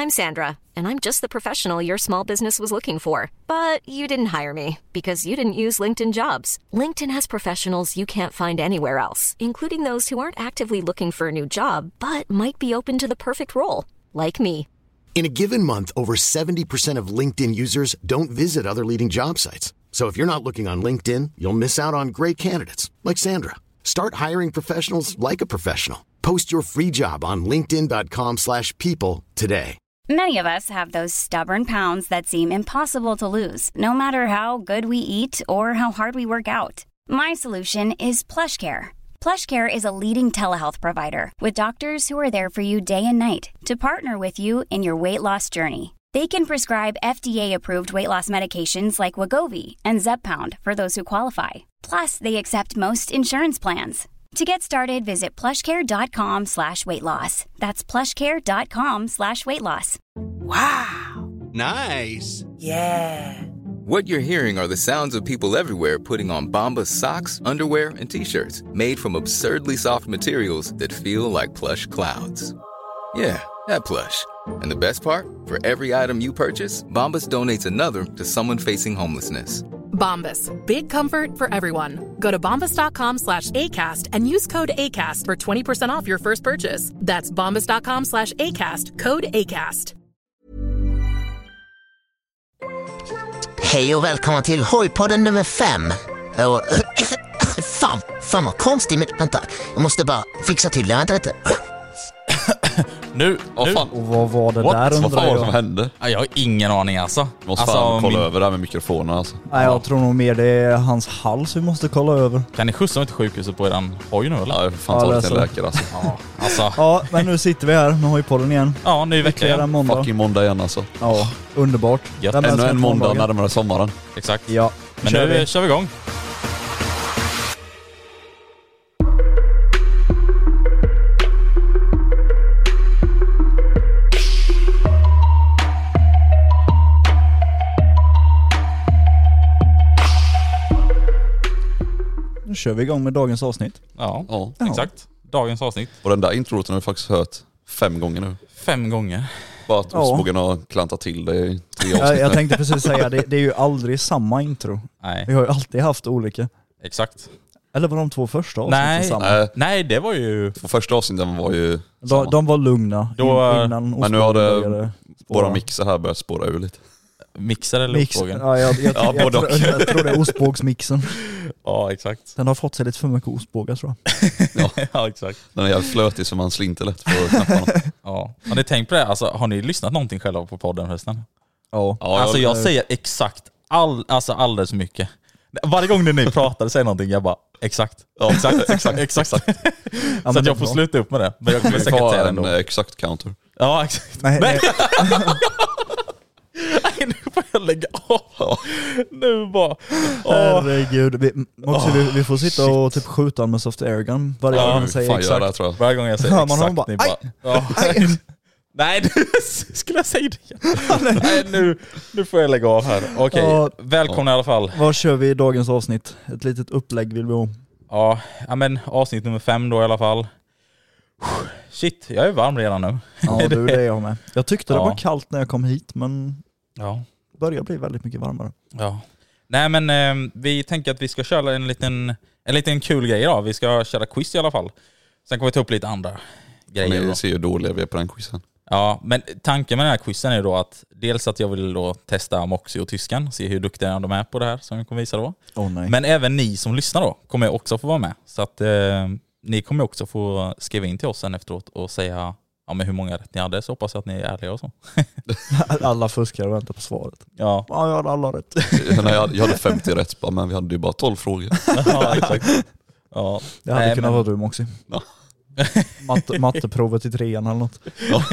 I'm Sandra, and I'm just the professional your small business was looking for. But you didn't hire me because you didn't use LinkedIn Jobs. LinkedIn has professionals you can't find anywhere else, including those who aren't actively looking for a new job, but might be open to the perfect role, like me. In a given month, over 70% of LinkedIn users don't visit other leading job sites. So if you're not looking on LinkedIn, you'll miss out on great candidates like Sandra. Start hiring professionals like a professional. Post your free job on linkedin.com/people today. Many of us have those stubborn pounds that seem impossible to lose, no matter how good we eat or how hard we work out. My solution is PlushCare. PlushCare is a leading telehealth provider with doctors who are there for you day and night to partner with you in your weight loss journey. They can prescribe FDA-approved weight loss medications like Wegovy and Zepbound for those who qualify. Plus, they accept most insurance plans. To get started, visit plushcare.com/weightloss. That's plushcare.com/weightloss. Wow. Nice. Yeah. What you're hearing are the sounds of people everywhere putting on Bombas socks, underwear, and T-shirts made from absurdly soft materials that feel like plush clouds. Yeah, that plush. And the best part? For every item you purchase, Bombas donates another to someone facing homelessness. Bombas. Big comfort for everyone. Go to bombas.com/ACAST and use code ACAST for 20% off your first purchase. That's bombas.com/ACAST. Code ACAST. Hej och välkomna till Hojpodden nummer 5. Fan vad konstigt. Vänta, jag måste bara fixa till det. Vänta lite. Nu. Och vad var det där undrar vad var det som hände? Jag har ingen aning alltså. Måste fan kolla över det här med mikrofonen alltså. Nej, jag tror nog mer det är hans hals vi måste kolla över. Kan ni skjutsa mig till sjukhuset på eran hoj nu eller? Ja, jag får fan ta det till en läkare alltså. Ja, men nu sitter vi här med Hojpodden igen. Ja, ny vecka igen. Fucking måndag igen alltså. Ja, underbart. Ännu en måndag närmare sommaren. Exakt. Ja, men nu kör vi igång. Nu kör vi igång med dagens avsnitt. Ja, exakt. Dagens avsnitt. Och den där introt har vi faktiskt hört 5 gånger nu. 5 gånger. Bara att ostbågen har klantat till det i 3 avsnitt. Jag tänkte precis säga, det är ju aldrig samma intro. Nej. Vi har ju alltid haft olika. Exakt. Eller var de 2 första avsnitten samma? Nej, det var ju... 2 första avsnitten var ju de var lugna innan. Men nu har det våra mixer här börjat spåra ur lite. Mixer eller ostbågen? Ja, jag tror det är ostbågsmixen. Ja, exakt. Den har fått sig lite för mycket ostbågar tror jag. Ja, exakt. Den är jävligt flötig så man slinter lätt på knapparna. Ja. Har ni tänkt på det? Alltså, har ni lyssnat någonting själva på podden förresten? Ja. Alltså jag säger exakt alldeles mycket. Varje gång ni pratar säger någonting jag bara exakt. Ja, exakt. Så att jag får sluta upp med det. Men jag kommer säkert ta en exakt counter. Ja, exakt. Nej. Nej, nu får jag lägga av. Nu bara. Herregud. Vi får sitta och typ skjuta med soft airgun varje gång jag säger exakt. Det, tror jag. Varje gång jag säger exakt. Man bara, ni bara nej, skulle jag säga det? Nej, nu får jag lägga av här. Okej, välkomna i alla fall. Vad kör vi i dagens avsnitt? Ett litet upplägg vill vi ha. Ja, men avsnitt nummer 5 då i alla fall. Shit, jag är varm redan nu. Ja, det är jag med. Jag tyckte det var kallt när jag kom hit, men det börjar bli väldigt mycket varmare. Ja. Nej, men vi tänker att vi ska köra en liten kul grej då. Vi ska köra quiz i alla fall. Sen kommer vi ta upp lite andra grejer. Ni ser ju dåliga vi är på den quizen. Ja, men tanken med den här quizen är då att dels att jag vill då testa Moxie och tyskan, se hur duktiga de är på det här som jag kommer visa då. Nej. Men även ni som lyssnar då kommer också få vara med. Så att ni kommer också få skriva in till oss sen efteråt och säga men hur många rätt ni hade, så hoppas jag att ni är ärliga och så. Alla fuskar och väntar på svaret. Ja, jag hade alla rätt. Jag hade 50 rätt, men vi hade ju bara 12 frågor. Ja, exakt. Ja. Det hade kunnat vara du också. Ja. Matteprovet i 3:an eller något. Ja.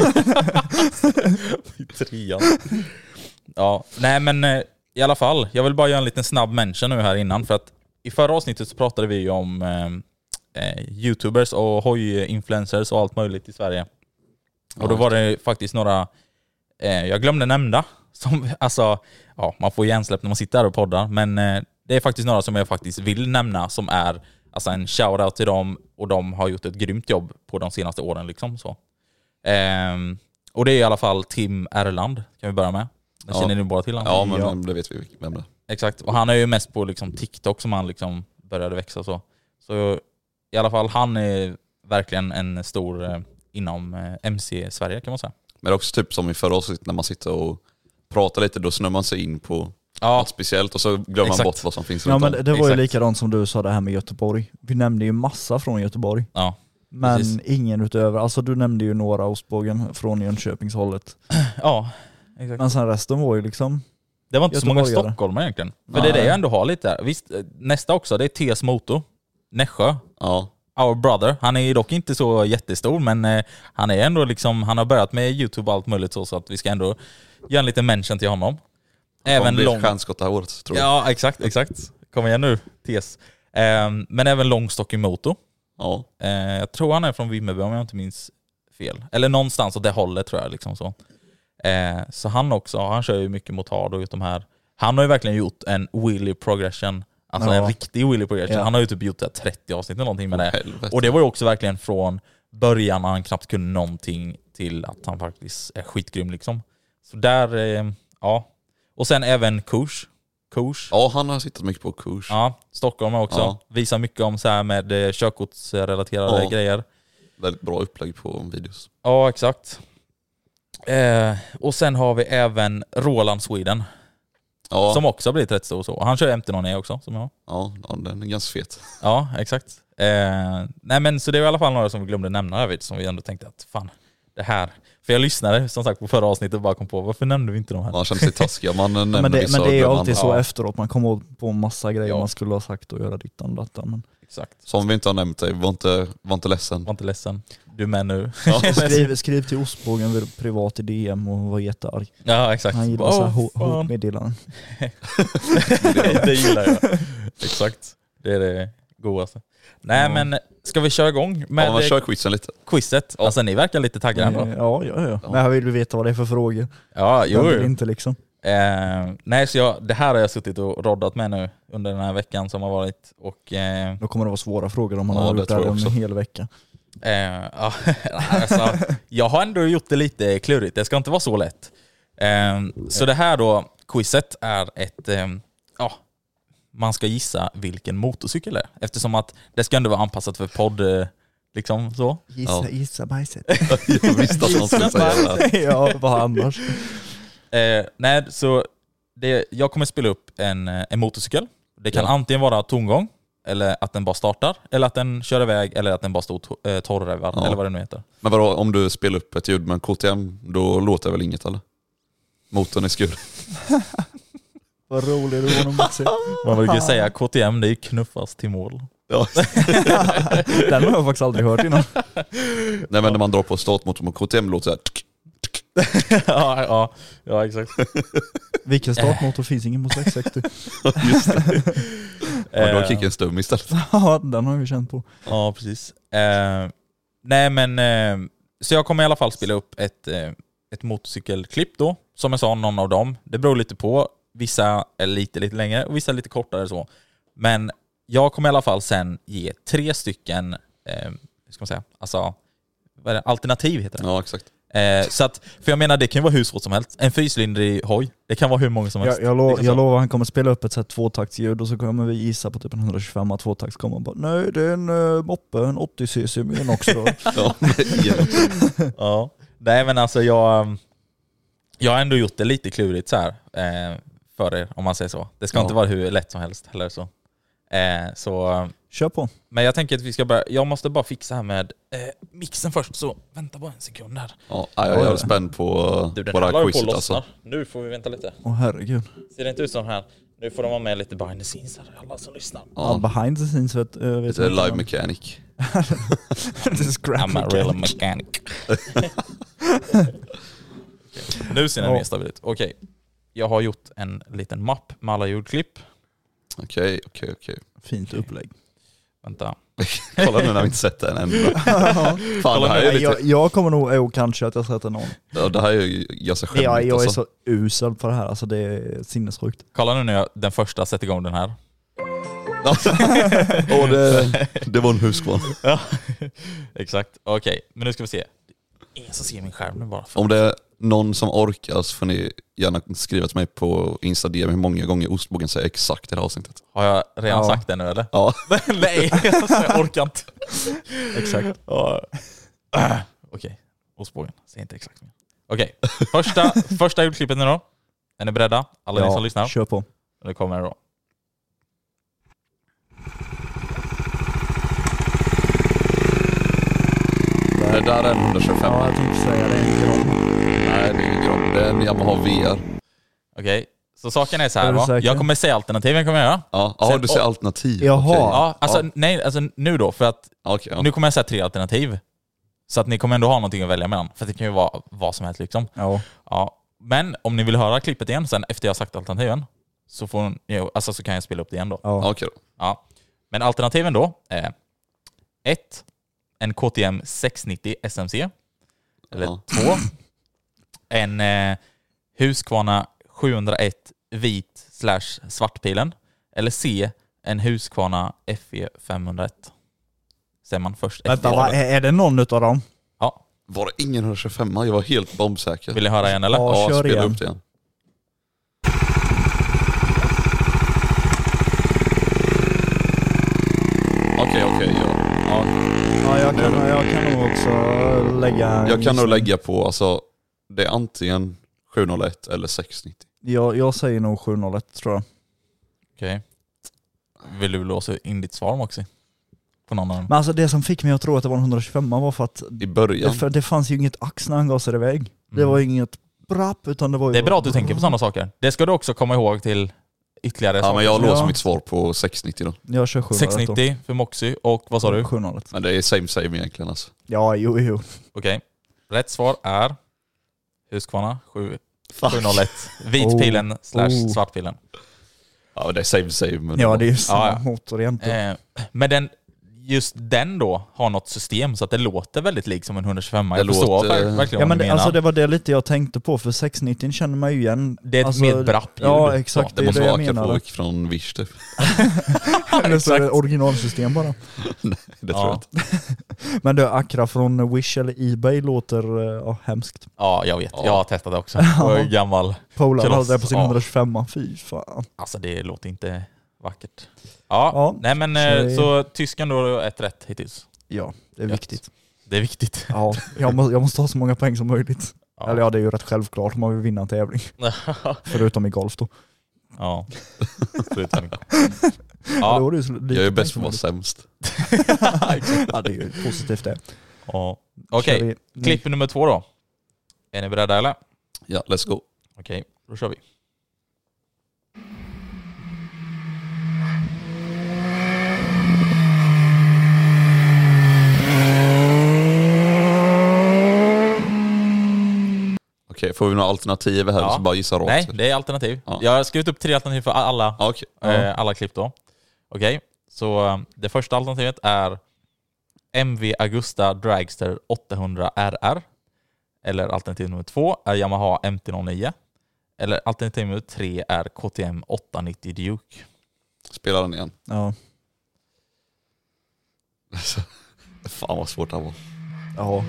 I 3:an. Ja, nej men i alla fall, jag vill bara göra en liten snabb mention nu här innan, för att i förra avsnittet så pratade vi ju om YouTubers och hoj-influencers och allt möjligt i Sverige. Och då var det faktiskt några jag glömde nämna som, alltså, man får hjärnsläpp när man sitter här och poddar, men det är faktiskt några som jag faktiskt vill nämna som är alltså en shoutout till dem, och de har gjort ett grymt jobb på de senaste åren liksom så. Och det är i alla fall Tim Erland, kan vi börja med. Det känner ni bara till honom. Ja, men det vet vi vem det är. Exakt, och han är ju mest på liksom TikTok som han liksom började växa så. Så i alla fall, han är verkligen en stor inom MC-Sverige kan man säga. Men också typ som i förra avsnittet när man sitter och pratar lite, då snör man sig in på något speciellt och så glömmer man bort vad som finns runt om. Men det var ju likadant som du sa det här med Göteborg. Vi nämnde ju massa från Göteborg. Ja. Men precis. Ingen utöver. Alltså du nämnde ju några Ostbågen från Jönköpingshållet. Ja, exakt. Men sen resten var ju liksom... Det var inte så många stockholmare egentligen. För det är det jag ändå har lite där. Visst, nästa också, det är TS Moto. Nässjö. Ja. Our brother. Han är dock inte så jättestor, men han är ändå liksom, han har börjat med YouTube och allt möjligt så att vi ska ändå göra en liten mention till honom. Även lång stjärnskott det här året, tror jag. Ja, exakt. Kom igen nu, TS. Men även långstock i moto. Ja. Jag tror han är från Vimmerby om jag inte minns fel. Eller någonstans åt det hållet tror jag liksom så. Så han också, han kör ju mycket motard och ut de här. Han har ju verkligen gjort en wheelie progression. Alltså en riktig wheelie progression. Ja. Han har ju typ gjort 30 avsnitt eller någonting med det. Helvete. Och det var ju också verkligen från början när han knappt kunde någonting till att han faktiskt är skitgrym liksom. Så där, ja. Och sen även Kurs. Ja, han har sittat mycket på Kurs. Ja, Stockholm också. Ja. Visar mycket om så här med körkortsrelaterade grejer. Väldigt bra upplägg på videos. Ja, exakt. Och sen har vi även Roland Sweden. Ja. Som också har blivit rätt stor så. Han kör MT-09 också som jag. Ja, den är ganska fet. Ja, exakt. Nej men så det är i alla fall några som vi glömde nämna här, som vi ändå tänkte att fan, det här. För jag lyssnade som sagt på förra avsnittet och bara kom på, varför nämnde vi inte de här? Man känner sig taskiga. Men det är ju alltid så efteråt. Man kommer på massa grejer man skulle ha sagt och göra dittan datan. Men... Exakt. Som vi inte har nämnt dig, var inte ledsen. Var inte ledsen. Du är med nu. Ja. skriv till Ostbågen privat i DM och var jättearg. Ja, exakt. Han gillar så här hotmeddelanden. Det gillar jag. Exakt. Det är det godaste. Nej men, ska vi köra igång med man kör quizen lite. Quizet. Ja. Alltså ni verkar lite taggade ändå. Ja. Men jag vill veta vad det är för frågor. Ja, jo. Inte liksom. Nej, så det här har jag suttit och roddat med nu under den här veckan som har varit. Och, då kommer det vara svåra frågor om man har gjort det en hel vecka. Alltså, jag har ändå gjort det lite klurigt. Det ska inte vara så lätt. Så det här då, quizet är ett... man ska gissa vilken motorcykel det är. Eftersom att det ska ändå vara anpassat för podd... liksom så. Gissa bajset. Jag visste att man skulle säga det. Ja, vad annars? Nej, så jag kommer spela upp en motorcykel. Det kan antingen vara tomgång, eller att den bara startar, eller att den kör iväg, eller att den bara står torrrevar, eller vad det nu heter. Men vadå, om du spelar upp ett ljud med en KTM, då låter det väl inget, eller? Motorn är skur. Vad rolig du var, Maxi. Man brukar säga KTM, det är knuffas till mål. Ja. Den har jag faktiskt aldrig hört innan. Nej, men när man drar på startmotorn med KTM låter det så här. Ja, exakt. Vilken startmotor finns ingen mot 660? Just det. Och då kickar en stum istället. Ja, den har vi känt på. Ja, precis. Nej, men så jag kommer i alla fall spela upp ett motorcykelklipp då. Som jag sa, någon av dem. Det beror lite på. Vissa är lite längre och vissa lite kortare så. Men jag kommer i alla fall sen ge 3 stycken ska man säga, alltså vad är det? Alternativ heter det. Ja, exakt. Så att, för jag menar, det kan vara hur svårt som helst. En 4-cylindrig hoj, det kan vara hur många som helst. Jag lovar, han kommer spela upp ett sånt tvåtaktsljud och så kommer vi gissa på typ en 125 att tvåtakts kommer bara, nej det är en moppe, en 80cc med en också då. Ja, nej men alltså jag har ändå gjort det lite klurigt så här för er, om man säger så. Det ska inte vara hur lätt som helst heller så. Så kör på. Men jag tänker att vi ska börja. Jag måste bara fixa här med mixen först, så vänta bara en sekund här. Ja, jag är spänd på våra quizet alltså. Nu får vi vänta lite. Herregud. Ser det inte ut som här? Nu får de vara med lite behind the scenes här, alla som lyssnar. Ja, behind the scenes vet det är live mechanic. I'm a real mechanic. Nu ser den mer stabil ut. Okej. Jag har gjort en liten mapp med alla ljudklipp. Okej. Fint upplägg. Vänta. Kolla nu när vi inte sett den än. Fan, det här är lite... jag kommer nog kanske att jag sätter någon. Ja, det här är ju ganska skämmigt. Ja, jag är så usel på det här. Alltså det är sinnessjukt. Kolla nu när jag den första sätter igång den här. Det var en Husqvarna. Ja, exakt. Okej, men nu ska vi se. Ingen som ser min skärm nu bara. Om det är någon som orkar så får ni gärna skriva till mig på Insta DM hur många gånger ostbågen säger exakt i det här avsnittet. Har jag redan sagt det nu eller? Ja. Nej, jag orkar inte. Exakt. Okej, ostbågen. Säg inte exakt mer. Okej, första ljudklippet nu då. Är ni beredda? Alla ni som lyssnar. Kör på. Det kommer då. Det där är en 125. Ja, jag tänkte säga det är en Grom. Nej, det är ingen Grom. Det är en Yamaha VR. Okej, så saken är så här va? Jag kommer säga alternativen kommer jag göra. Ja, du säger alternativ. Jaha. Okay. Ja, alltså nej, alltså nu då för att nu kommer jag säga 3 alternativ. Så att ni kommer ändå ha någonting att välja mellan. För det kan ju vara vad som helst liksom. Ja. Men om ni vill höra klippet igen sen efter jag sagt alternativen så får ni, alltså så kan jag spela upp det igen då. Ja. Okay. Ja. Men alternativen då är 1. En KTM 690 SMC. Eller 2. En Husqvarna 701 vit/svartpilen. Eller C. En Husqvarna FE 501. Säger man först. Vänta, är det någon utav dem? Ja. Var det ingen 125? Jag var helt bombsäker. Vill ni höra igen eller? Ja, kör spela igen. upp det igen. Okej, ja. Ja, jag kan nog också lägga... Jag kan nog lägga på, alltså, det är antingen 701 eller 690. Jag säger nog 701 tror jag. Okej. Vill du låsa in ditt svar också? På någon annan? Men alltså det som fick mig att tro att det var en 125 var för att i början. Det fanns ju inget ax när han gav sig iväg. Det var inget brapp utan det var ju... Det är bra att du tänker på sådana saker. Det ska du också komma ihåg till ytterligare saker. Men jag låser mitt svar på 690 då. Jag kör 701 690 för Moxie och vad sa du? 701. Men det är same egentligen alltså. Ja, jo. Okej. Rätt svar är Husqvarna 701 vitpilen / svartpilen. Ja, det är same. Men ja, det är ju samma motor egentligen. Men just den då har något system så att det låter väldigt lik som en 125. Jag förstår verkligen men vad du menar. Alltså det var det lite jag tänkte på, för 690 känner man ju igen. Det är ett mer brapp ljud. Ja, exakt. Det måste vara Akapåk från Wish typ. Eller så är det originalsystem bara. Nej, det tror jag inte. Men det Acra från Wish eller eBay låter hemskt. Ja, jag vet. Jag har testat det också. Jag är gammal. Polar hade det på sin 125. Fy fan. Alltså det låter inte vackert. Ja. Nej men så tyskan då är ett rätt hittills. Ja, det är viktigt. Det är viktigt. Ja, jag måste ha så många poäng som möjligt. Ja. Eller det är ju rätt självklart om man vill vinna en tävling. Förutom i golf då. Ja. Förutom. Ja. Jag är bäst på att vara sämst. Ja, det är ju positivt det. Ja. Okej, klipp nummer 2 då. Är ni beredda eller? Ja, let's go. Okej, då kör vi. Okej, får vi några alternativ här så bara gissa rakt? Nej, det är alternativ. Ja. Jag har skrivit upp 3 alternativ för alla, alla klipp då. Okej, så det första alternativet är MV Agusta Dragster 800 RR. Eller alternativ nummer 2 är Yamaha MT-09. Eller alternativ nummer 3 är KTM 890 Duke. Spelar den igen? Ja. Fan vad svårt det här var. Ja.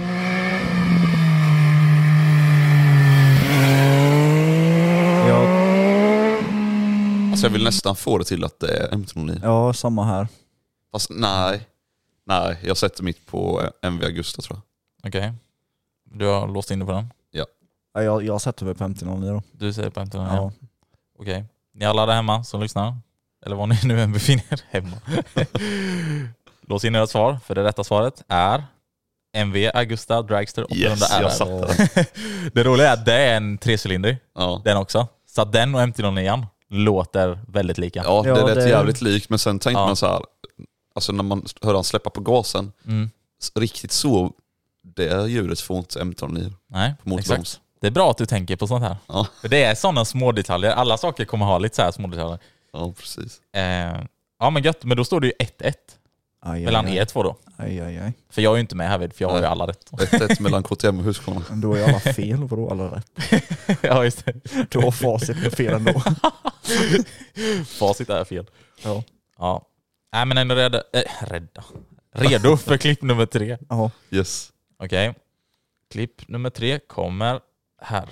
Alltså jag vill nästan få det till att det är MT-09. Ja, samma här. Fast nej, jag sätter mitt på MV Augusta tror jag. Okej. Du har låst in dig på den? Ja. Jag sätter väl på MT-09 då. Du säger på MT-09? Ja. Okej. Ni alla där hemma som lyssnar, eller var ni nu än befinner er hemma. Lås in ert svar, för det rätta svaret är MV Agusta Dragster 800 RR. Jag satte det. Det roliga är att det är en 3-cylindrig. Ja. Den också. Så att den och MT-09 låter väldigt lika. Ja, det lät jävligt likt. Men sen tänkte man så här, alltså när man hör han släppa på gasen, riktigt så, det ljudet får inte MT-09. Nej, exakt. Det är bra att du tänker på sånt här. Ja. För det är sådana små detaljer. Alla saker kommer ha lite så här små detaljer. Ja, precis. Ja, men gött. Men då står det ju 1-1. Mellan er två då. Aj. För jag är ju inte med här vid, för jag har ju alla rätt. 1-1 mellan KTM och Husqvarna. Då är alla fel, vadå alla rätt? Ja, just det. Du har facit med fel ändå. Facit är fel. Ja. Nej, men är ni redo för klipp nummer 3? Ja. Yes. Okej. Klipp nummer 3 kommer här.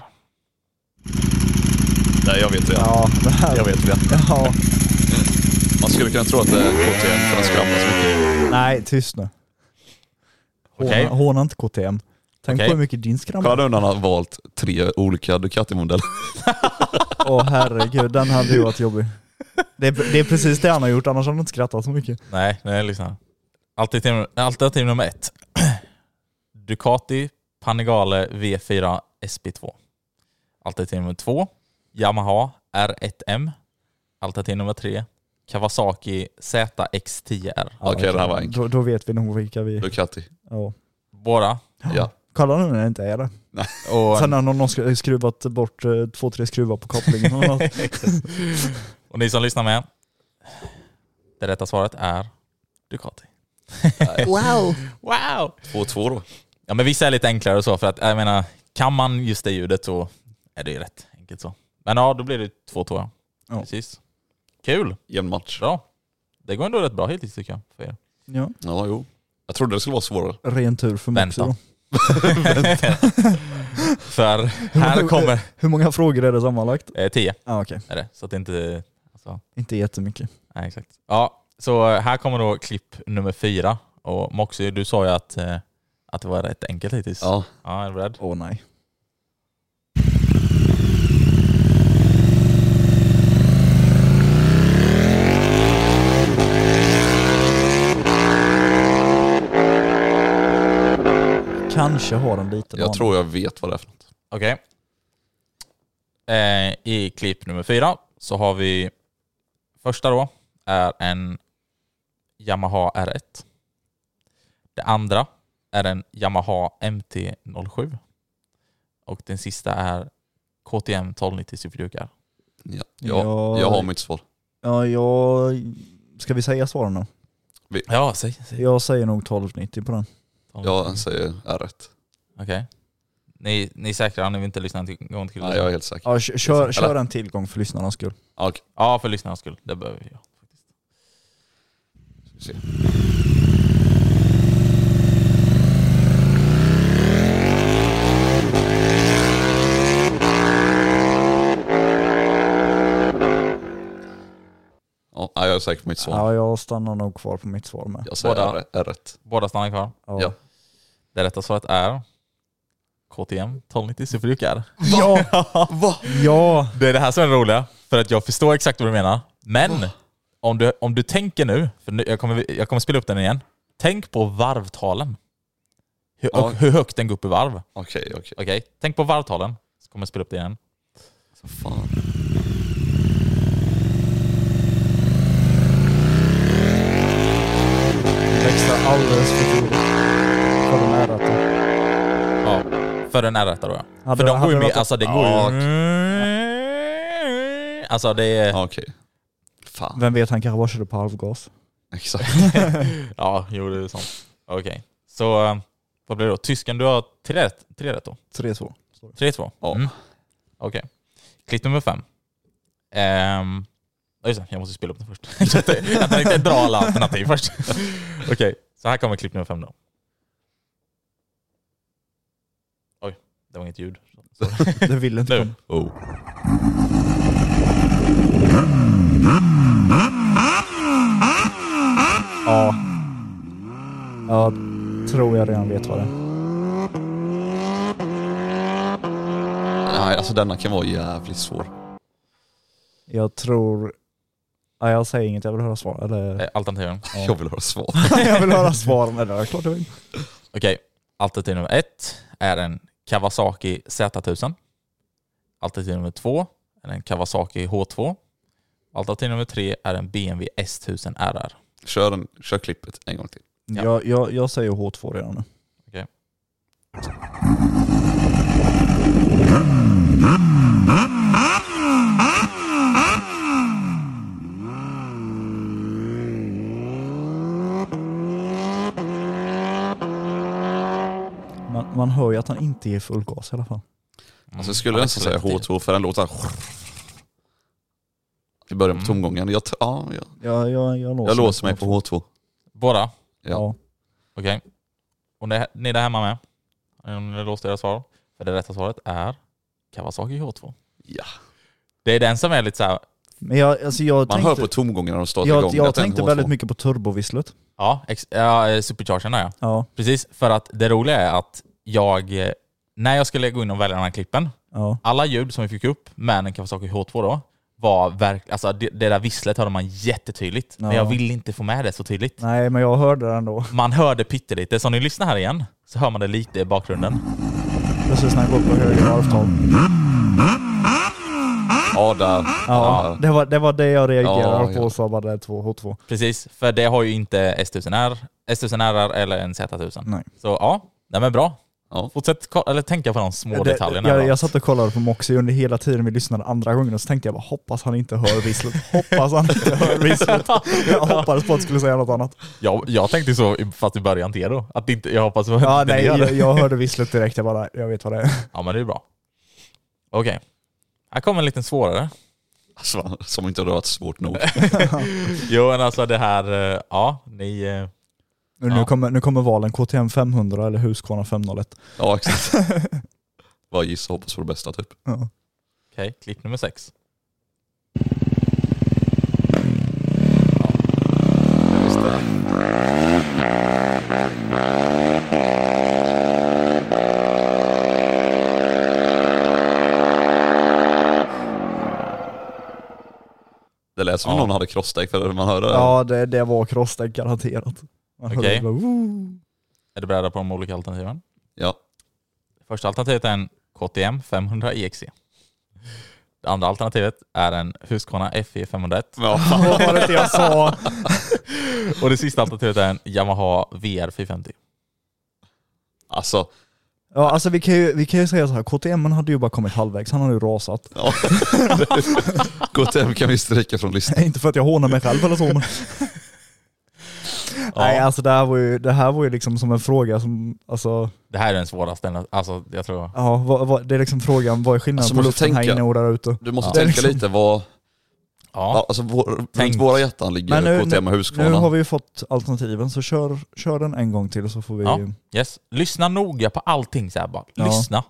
Nej, jag vet det. Ja, det här. Jag vet det. Ja. Man skulle kunna tro att det är KTM för att skramla så mycket. Nej, tyst nu. Okej. Håna inte KTM. Tänk Okej. på hur mycket din skramlar. Kolla nu när han har valt 3 olika Ducati-modeller. Herregud, den hade ju varit jobbig. Det är precis det han har gjort, annars har han inte skrattat så mycket. Nej, lyssna. Alternativ nummer 1. Ducati Panigale V4 SP2. Alternativ nummer 2. Yamaha R1M. Alternativ nummer 3. Kawasaki ZX10R. Okej, det här var enkelt. Då vet vi nog vilka vi... Ducati. Ja. Båda. Ja. Kolla nu när det inte är det. Nej. Och, Sen har någon skruvat bort 2-3 skruvar på kopplingen. och ni som lyssnar med. Det rätta svaret är Ducati. Wow! 2-2 då. Ja, men vissa är lite enklare och så, för att jag menar, kan man just det ljudet så är det ju rätt enkelt så. Men ja, då blir det 2-2. Ja. Precis. Kul. Jämn match. Bra. Det går ändå rätt bra hittills tycker jag för er. Ja. Ja, jo. Jag trodde det skulle vara svårare. Ren tur för mig också då. För här kommer... Hur många frågor är det sammanlagt? 10 Okej. är det. Så att det inte... Alltså, Inte jättemycket. nej, exakt. Ja, så här kommer då klipp nummer 4. Och Moxie, du sa ju att det var rätt enkelt hittills. Ja. Ja, är du beredd? Åh nej. Kanske har en liten Jag tror jag vet vad det är för något. Okej. I klipp nummer 4 så har vi första då är en Yamaha R1. Det andra är en Yamaha MT-07. Och den sista är KTM 1290 Superducar. Ja. Jag har mitt svar. Ja, ska vi säga svaren då? Ja, säg. Jag säger nog 1290 på den. Jag säger R1. Okej. Ni är säkra? Ni vill inte lyssna en gång till? Nej, jag är helt säker. Ja, kör en tillgång för lyssnarnas skull. Okay. Ja, för lyssnarnas skull. Det behöver vi göra. Se. Ja, jag är säker på mitt svar. Ja, jag stannar nog kvar på mitt svar med. Jag säger Båda. R1. Båda stannar kvar. Ja. Det rätta svaret är KTM 1290 Superducar. Ja! Ja! Det är det här som är det roliga. För att jag förstår exakt vad du menar. Men om du tänker nu, för nu, jag kommer spela upp den igen. Tänk på varvtalen. Hur högt den går upp i varv. Okej. Tänk på varvtalen. Så kommer jag spela upp det igen. Så fan. Växlar alldeles för tidigt. För den är rätta. Ja, för den är rätta då. Ja. Hade- För de går ju hade med, rätta. alltså det går ju... Alltså det är... Okej. Fan. Vem vet, han kanske bara körde på halvgas. Exakt. Ja, jo det är sånt. Okej. Så vad blir det då? Tysken, du har 3 rätt då? 3-2. 3-2? Ja. Mm. Okej. Klipp nummer 5. Just det, jag måste spela upp den först. Jag tänkte dra alla alternativ först. Okej, så här kommer klipp nummer 5 då. Oj, det var inget ljud. Det vill inte Nu. komma. Oh. Ja. Jag tror jag redan vet vad det är. Nej, alltså denna kan vara jävligt svår. Jag tror... Ja, jag säger inget, jag vill höra svar. Eller... Alternativen. Ja. Jag vill höra svar. Jag vill höra svar, men det är klart jag vill. Okej, alternativ nummer 1 är en Kawasaki Z1000. Alternativ nummer 2 är en Kawasaki H2. Alternativ nummer 3 är en BMW S1000 RR. Kör klippet en gång till. Ja. Jag säger H2 redan nu. Okej. Man hör ju att han inte är full gas i alla fall. Alltså skulle jag nästan säga H2 för den låter i början på tomgången. Jag låser mig på H2. Båda? Ja. Okej. Och ni där hemma med? Har ni låst era svar? För det rätta svaret är Kawasaki H2. Ja. Det är den som är lite så här... Men jag Man tänkte, hör på tomgången när de startar igång. jag tänkte väldigt mycket på turbovisslet. Ja, superchargen där Ja. Precis, för att det roliga är att när jag skulle gå in och välja den här klippen, alla ljud som vi fick upp med en Kawasaki H2 då, var alltså det där visslet hörde man jättetydligt. Men jag vill inte få med det så tydligt. Nej, men jag hörde det ändå. Man hörde pyttelite. Så om ni lyssnar här igen så hör man det lite i bakgrunden. Precis när jag går på höger varvtal. Ja, där. Ja, det var det jag reagerade på, så var det H2. Precis, för det har ju inte S1000R eller en Z1000. Nej. Så ja, det är bra. Ja. Fortsätt tänka på de små detaljerna. Jag satt och kollade på Moxie under hela tiden vi lyssnade andra gången och så tänkte jag bara, hoppas han inte hör visslet. Jag hoppades på att skulle säga något annat. Jag tänkte så fast i början till då. Att inte, jag hoppas att jag hörde visslet direkt. Jag vet vad det är. Ja, men det är bra. Okej. Här kommer en liten svårare. Alltså, som inte hade varit svårt nog. Jo, men alltså det här, ni... Nu kommer valen KTM 500 eller Husqvarna 501. Ja, exakt. Vad gissa, hoppas på det bästa typ. Ja. Okej, klipp nummer 6. Just det. Det lät som någon hade crossdäck för man hörde det. Ja, det var crossdäck garanterat. Okej. Är du beredda på de olika alternativen? Ja. Första alternativet är en KTM 500 EXE. Det andra alternativet är en Husqvarna FE 501. Ja, vad var det jag sa? Och det sista alternativet är en Yamaha VR 450. Alltså... Ja, alltså vi kan ju säga så här, KTM hade ju bara kommit halvvägs, han hade ju rasat. Ja. KTM kan vi stryka från listan. Inte för att jag hånar mig själv eller så, men... Nej, alltså det här var ju liksom som en fråga som, alltså... Det här är den svåraste, alltså jag tror... Ja, det är liksom frågan, vad är skillnaden alltså, på luften här inne och där ute? Du måste tänka liksom... lite vad... Ja. Alltså våra hjärtan ligger KTM och Husqvarna. Nu har vi ju fått alternativen, så kör den en gång till så får vi... Ja, yes. Lyssna noga på allting så här bara. Ja. Lyssna.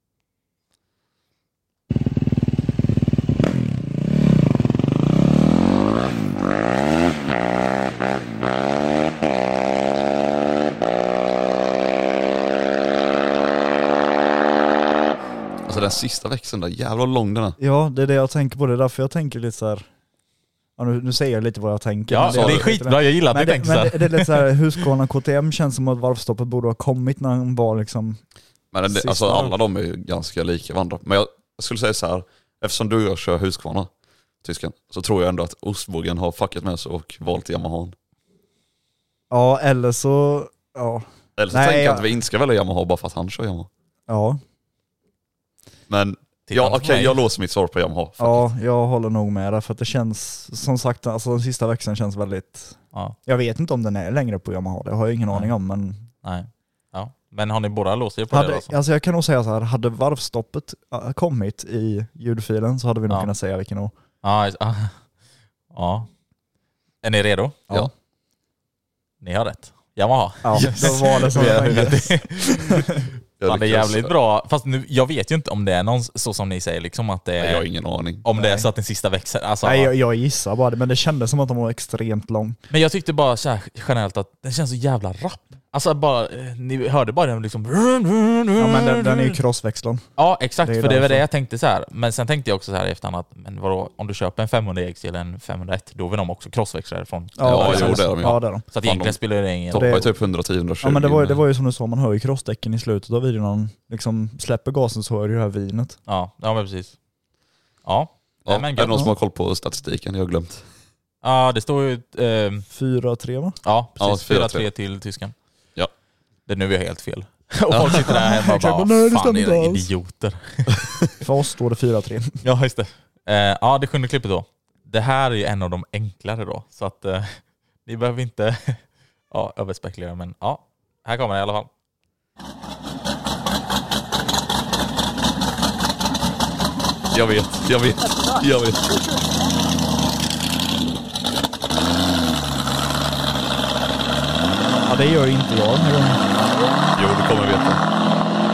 Alltså den sista växeln där, jävla lång den är. Ja, det är det jag tänker på. Det är därför jag tänker lite så här. Ja, nu säger jag lite vad jag tänker. Ja, det är skitbra. Jag gillar att ni tänker så här. Men det är lite så här, Husqvarna KTM känns som att varvstoppet borde ha kommit när han var liksom... Men alltså alla de är ju ganska lika varandra. Men jag skulle säga så här, eftersom du och jag kör Husqvarna, tysken, så tror jag ändå att ostbågen har fuckat med sig och valt Yamaha. Ja, eller så... Ja. Eller så tänker jag att vi inte ska välja Yamaha bara för att han kör Yamaha. Ja. Men jag låser mitt svar på Yamaha. Ja, jag håller nog med där, för att det känns, som sagt, alltså den sista växeln känns väldigt... Ja. Jag vet inte om den är längre på Yamaha, det har jag ingen aning om, men... Nej. Ja. Men har ni båda låst er på det? Alltså jag kan nog säga så här, hade varvstoppet kommit i ljudfilen så hade vi nog kunnat säga vilken år. Ja. Är ni redo? Ja. Ni har rätt. Yamaha. Ja, det var det som det är jävligt bra. Fast nu, jag vet ju inte om det är någon så som ni säger liksom att det är... Jag har ingen aning. Om det är så att den sista växeln... Alltså, nej, jag gissar bara det, men det kändes som att de var extremt lång. Men jag tyckte bara så här generellt att den känns så jävla rapp. Alltså bara, ni hörde bara den liksom... Ja, men den är ju crossväxlad. Ja, exakt, för det var det jag tänkte så här. Men sen tänkte jag också så här i efterhand att, men vadå, om du köper en 500X eller en 501, då vill de också crossväxlade från... Ja, det är de. Ja, det är de. Så att egentligen spelar det ingen... Toppar ju typ 110-120. Ja, men det var ju som du sa, man hör ju crossdäcken i slutet av videon. Han liksom släpper gasen så hör ju det här vinet. Ja, men precis. Ja. Men är det någon som har koll på statistiken? Jag har glömt. Ja, det står ju... 4-3 va? Ja, precis. 4-3 till tysken. Ja. Det är nu vi har helt fel. Och folk sitter där hemma och bara, fan är det idioter. För oss står det 4-3. Ja, just det. Ja, det sjunde klippet då. Det här är ju en av de enklare då. Så att ni behöver inte överspekulera. Men ja, här kommer det i alla fall. Jag vet. Ja, det gör inte jag den här gången. Jo, du kommer veta.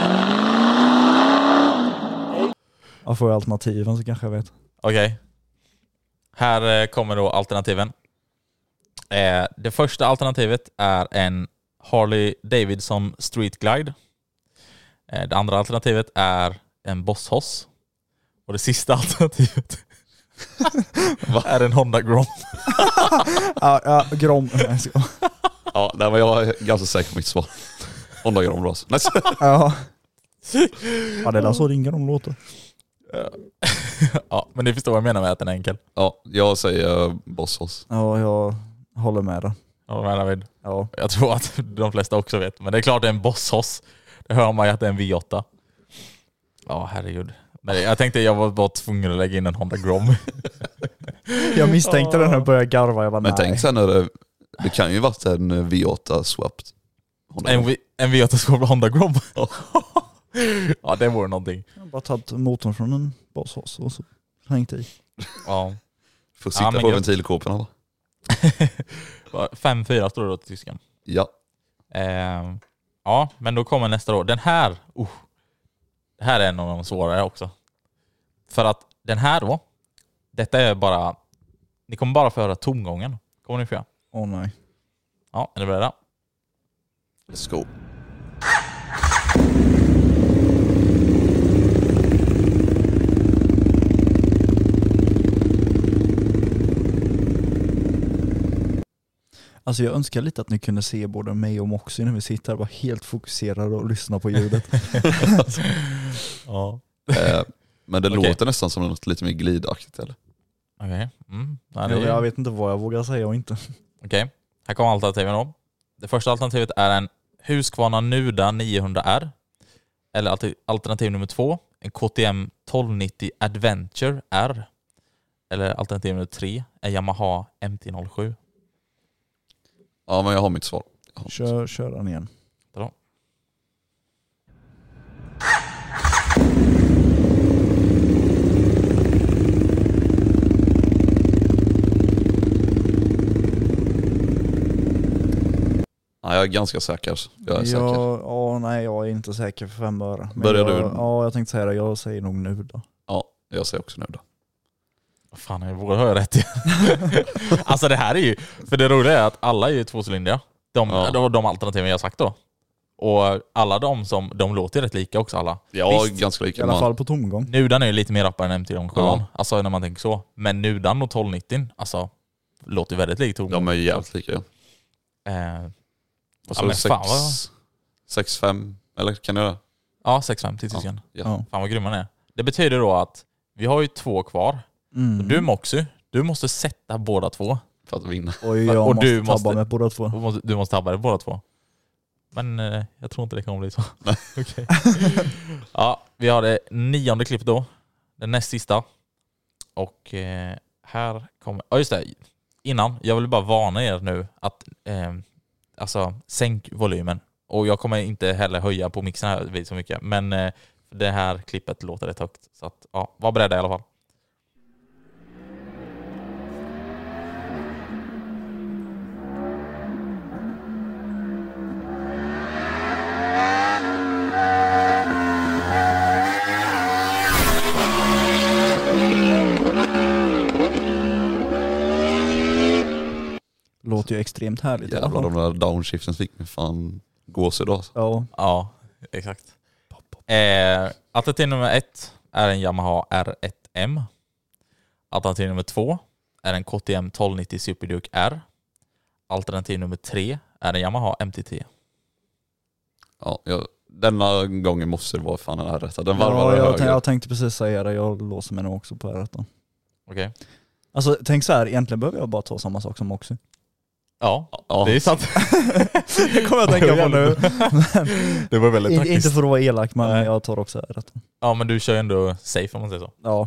Jag får alternativen så kanske jag vet. Okej. Här kommer då alternativen. Det första alternativet är en Harley Davidson Street Glide. Det andra alternativet är en Boss Hoss. Och det sista alternativet är en Honda Grom. Ja, Grom. Ja, där var jag ganska säker på mitt svar. Honda Grom då. Nice. Ja. Ja, det är så ringar de låter. Ja, men ni förstår vad jag menar med att den är enkel. Ja, jag säger Boss Hoss. Ja, jag håller med dig. Håller med David? Ja. Jag tror att de flesta också vet. Men det är klart det är en Boss Hoss. Det hör man ju att det är en V8. Ja, herregud. Men jag tänkte jag var bara tvungen att lägga in en Honda Grom. Jag misstänkte den och började garva. Jag bara, men tänk sen när det kan ju varit en V8 swapped. En V8 swapped Honda Grom? Ja, det vore någonting. Jag har bara tagit motorn från en Boss Hoss och så hängt i. Ja. Får sitta på ventilkåporna va? 5-4 står det då till tyskan. Ja. Ja, men då kommer nästa då. Den här, det här är en av de svårare också. För att den här då, detta är bara, ni kommer bara få höra tomgången. Kommer ni få göra? Åh nej. Ja, är ni beredda? Let's go. Alltså jag önskar lite att ni kunde se både mig och Moxie när vi sitter och var helt fokuserade och lyssnar på ljudet. Ja. Men det låter nästan som något lite mer glidaktigt eller? Okej. Jag vet inte vad jag vågar säga och inte. Okej. Här kommer alternativen då. Det första alternativet är en Husqvarna Nuda 900R. Eller alternativ nummer 2, en KTM 1290 Adventure R. Eller alternativ nummer 3, en Yamaha MT-07. Ja, men jag har mitt svar. Kör den igen. Bra. Ja, jag är ganska säker. Jag är inte säker för 5 öre. Börjar du? Ja, jag tänkte säga det. Jag säger nog nu då. Ja, jag säger också nu då. Fan, jag vågar höra rätt. Alltså det här är ju, för det roliga är att alla är ju tvåcylindriga. De alternativen jag sagt då. Och alla de låter rätt lika också alla. Ja, visst, ganska lika. I alla fall på tomgång. Nudan är ju lite mer rappare än MT-07. Ja. Alltså när man tänker så. Men Nudan och 1290, alltså låter ju väldigt likt tomgång. De är jävligt lika, ja. Och så 6-5, eller kan du göra? Ja, 6-5 till tyskan. Ja. Fan vad grymma är. Det betyder då att vi har ju 2 kvar. Och du Moxie, du måste sätta båda 2. För att vinna. Och jag måste tabba med båda 2. Du måste tabba med båda 2. Men jag tror inte det kommer bli så. Okay. Ja, vi har det 9:e klippet då. Den näst sista. Och här kommer... Ja, just det. Innan, jag vill bara varna er nu att alltså sänk volymen. Och jag kommer inte heller höja på mixen här vid så mycket. Men det här klippet låter rätt högt. Så att, ja, var beredda i alla fall. Låter ju extremt härligt. Jävlar, de där downshiften fick mig fan gås idag. Ja, exakt. Alternativ nummer 1 är en Yamaha R1M. Alternativ nummer 2 är en KTM 1290 Superduke R. Alternativ nummer 3 är en Yamaha MT-10. Ja, denna gången måste det vara fan den här rätta. Jag tänkte precis säga det. Jag låser mig nog också på R1. Okej. Alltså tänk så här, egentligen behöver jag bara ta samma sak som Moxie. Ja, det är sant. Det kommer jag tänka på nu. Det var väldigt taktiskt. Inte för att vara elak, men jag tar också rätt. Ja, men du kör ju ändå safe om man säger så. Ja.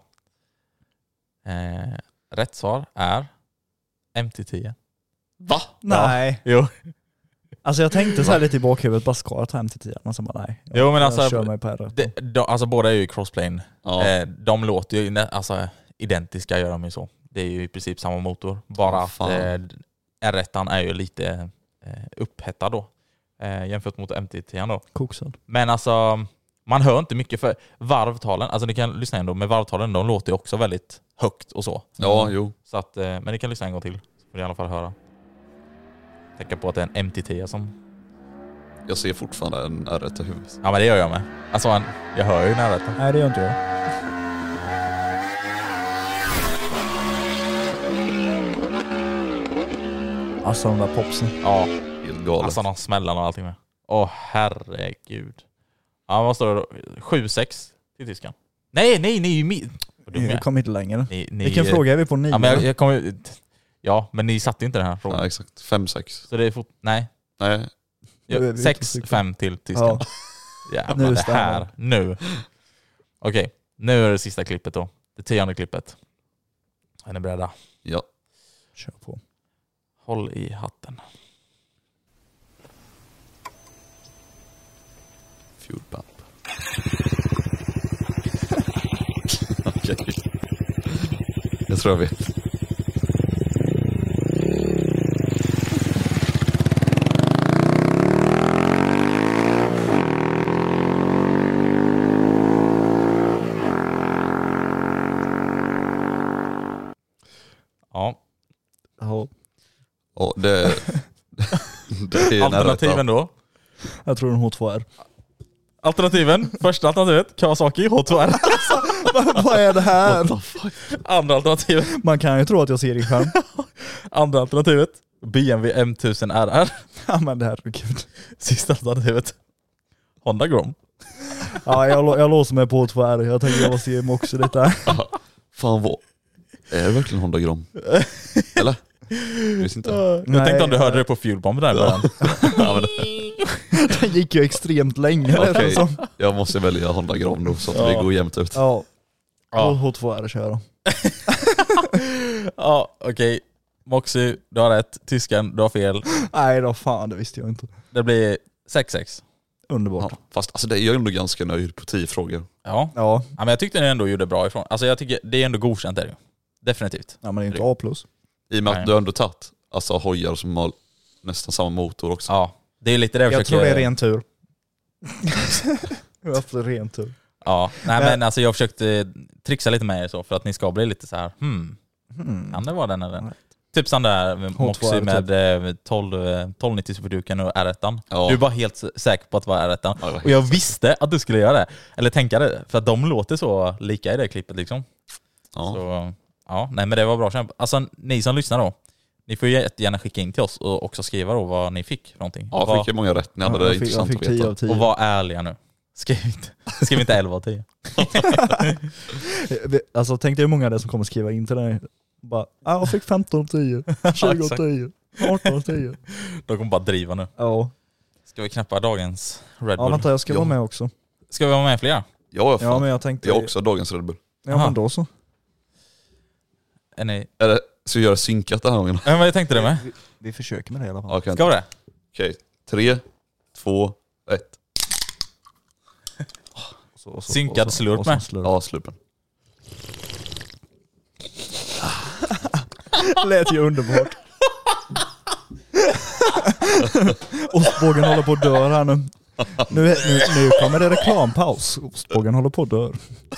Rätt svar är MT-10. Va? Nej. Ja. Jo. Alltså jag tänkte så här lite i bakhuvudet, bara ska jag ta MT-10? Men så bara nej. Jo, men alltså, kör mig på alltså båda är ju crossplane. Ja. De låter ju alltså identiska, gör de ju så. Det är ju i princip samma motor. Bara att R1 är ju lite upphettad då. Jämfört mot MT-10 då. Koksad. Men alltså, Man hör inte mycket för varvtalen, alltså ni kan lyssna ändå, med varvtalen de låter ju också väldigt högt och så. Ja, jo. Så att, men ni kan lyssna en gång till, så får ni i alla fall höra. Tänka på att det är en MT10 som... Jag ser fortfarande en R1 i huvudet. Ja, men det gör jag med. Alltså, jag hör ju en R1. Nej, det gör inte jag. Alltså de där popsen. Ja, Helt galet. alltså de smällarna och allting med. Herregud. Ja, vad står det då? 7-6 till tyskan. Nej, Vi kom inte längre. Ni, vilken fråga är vi på? 9? Ja, men jag kommer... Ja, men ni satte inte den här frågan. Ja, exakt. 5-6. Så det är Nej. 6-5 till tyskan. Ja. Jävlar, Nu det här. Nu. Okej, nu är det sista klippet då. Det 10:e klippet. Är ni beredda? Ja. Kör på. Håll i hatten. Fuel pump. Okej. Jag tror jag vet. Ja. Och det är alternativen då? Jag tror en H2R. Alternativen. Första alternativet, Kawasaki H2R. Vad är det här? Andra alternativet. Man kan ju tro att jag ser i skärm. Andra alternativet, BMW M1000 RR. Ja, men det här är kul. Sista alternativet, Honda Grom. Ja, jag låser mig på H2R. Jag tänker jag se mig också lite. Fan vad... Är det verkligen Honda Grom? Eller? Jag visste inte. Jag tänkte om du hörde det på Fuel Pump där början. Ja, den gick ju extremt länge. Okej, jag måste välja Honda Grom då så att vi går jämnt ut. Ja. H2R kör då. Ja, okej. Moxie, du har rätt. Tyskan, du har fel. Nej då, fan, det visste jag inte. Det blir 6-6. Underbart. Ja, fast alltså, det är jag ändå ganska nöjd på 10 frågor. Ja, men jag tyckte ni ändå gjorde bra ifrån. Alltså jag tycker det är ändå godkänt där ju. Definitivt. Ja, men det är inte A+. I och med att du ändå tagit alltså hojar som har nästan samma motor också. Ja, det är lite det jag tror det är ren tur. Jag har haft ren tur. Ja, nej men alltså jag försökte trixa lite med er så för att ni ska bli lite så här. Kan det vara den eller den? Typ sån där Moxie med 1290 Superduken och R1. Ja. Du var helt säker på att det var R1. Ja, och jag visste att du skulle göra det. Eller tänka det. För att de låter så lika i det klippet liksom. Ja. Så, ja, nej men det var bra kämpa. Alltså ni som lyssnar då. Ni får ju jättegärna skicka in till oss och också skriva då vad ni fick för någonting. Ja, fick många rätt. Ni hade det intressant att veta. 10. Och var ärliga nu. Skriv inte 11 av 10. Alltså tänk dig hur många det är som kommer skriva in till dig. Bara, jag fick 15 av 10, 20 av 10, 18 av 10. De kommer bara driva nu. Ja. Ska vi knäppa dagens Red Bull? Ja, vänta, jag ska vara med också. Ska vi vara med fler? Ja, men jag tänkte... Jag också dagens Red Bull. Ja, men då så. Eller så vi gör synkat den här gången. Men jag tänkte det med. Vi försöker med det i alla fall. Okay. Ska vi det? Okej, 3, 2, 1. Synkad slurp med. Ja, slurpen. Lät ju underbart. Ostbågen håller på att dö här nu. Nu kommer det reklampaus. Ostbågen håller på att dö.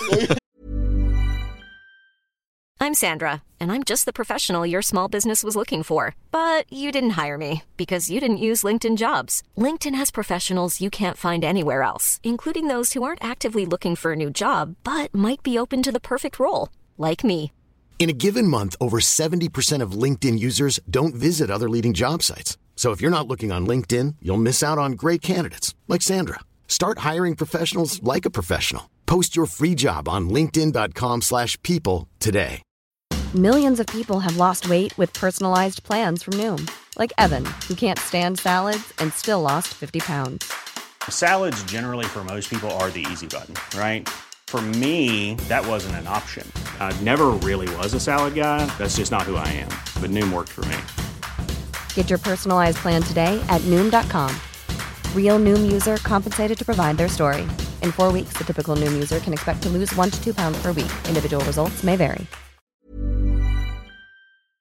I'm Sandra, and I'm just the professional your small business was looking for. But you didn't hire me because you didn't use LinkedIn Jobs. LinkedIn has professionals you can't find anywhere else, including those who aren't actively looking for a new job, but might be open to the perfect role, like me. In a given month, over 70% of LinkedIn users don't visit other leading job sites. So if you're not looking on LinkedIn, you'll miss out on great candidates like Sandra. Start hiring professionals like a professional. Post your free job on linkedin.com/people today. Millions of people have lost weight with personalized plans from Noom. Like Evan, who can't stand salads and still lost 50 pounds. Salads generally for most people are the easy button, right? For me, that wasn't an option. I never really was a salad guy. That's just not who I am. But Noom worked for me. Get your personalized plan today at Noom.com. Real Noom user compensated to provide their story. In 4 weeks, the typical Noom user can expect to lose 1 to 2 pounds per week. Individual results may vary.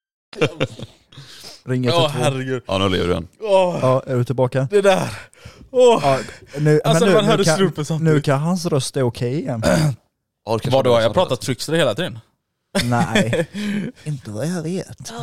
Ring 112. Herregud. Ja, nu lever du igen. Ja, är du tillbaka? Det där. Man hörde slupen samtidigt. Nu kan hans röst är okej igen. Vadå, har jag pratat Trickster hela tiden? Nej, inte vad jag vet.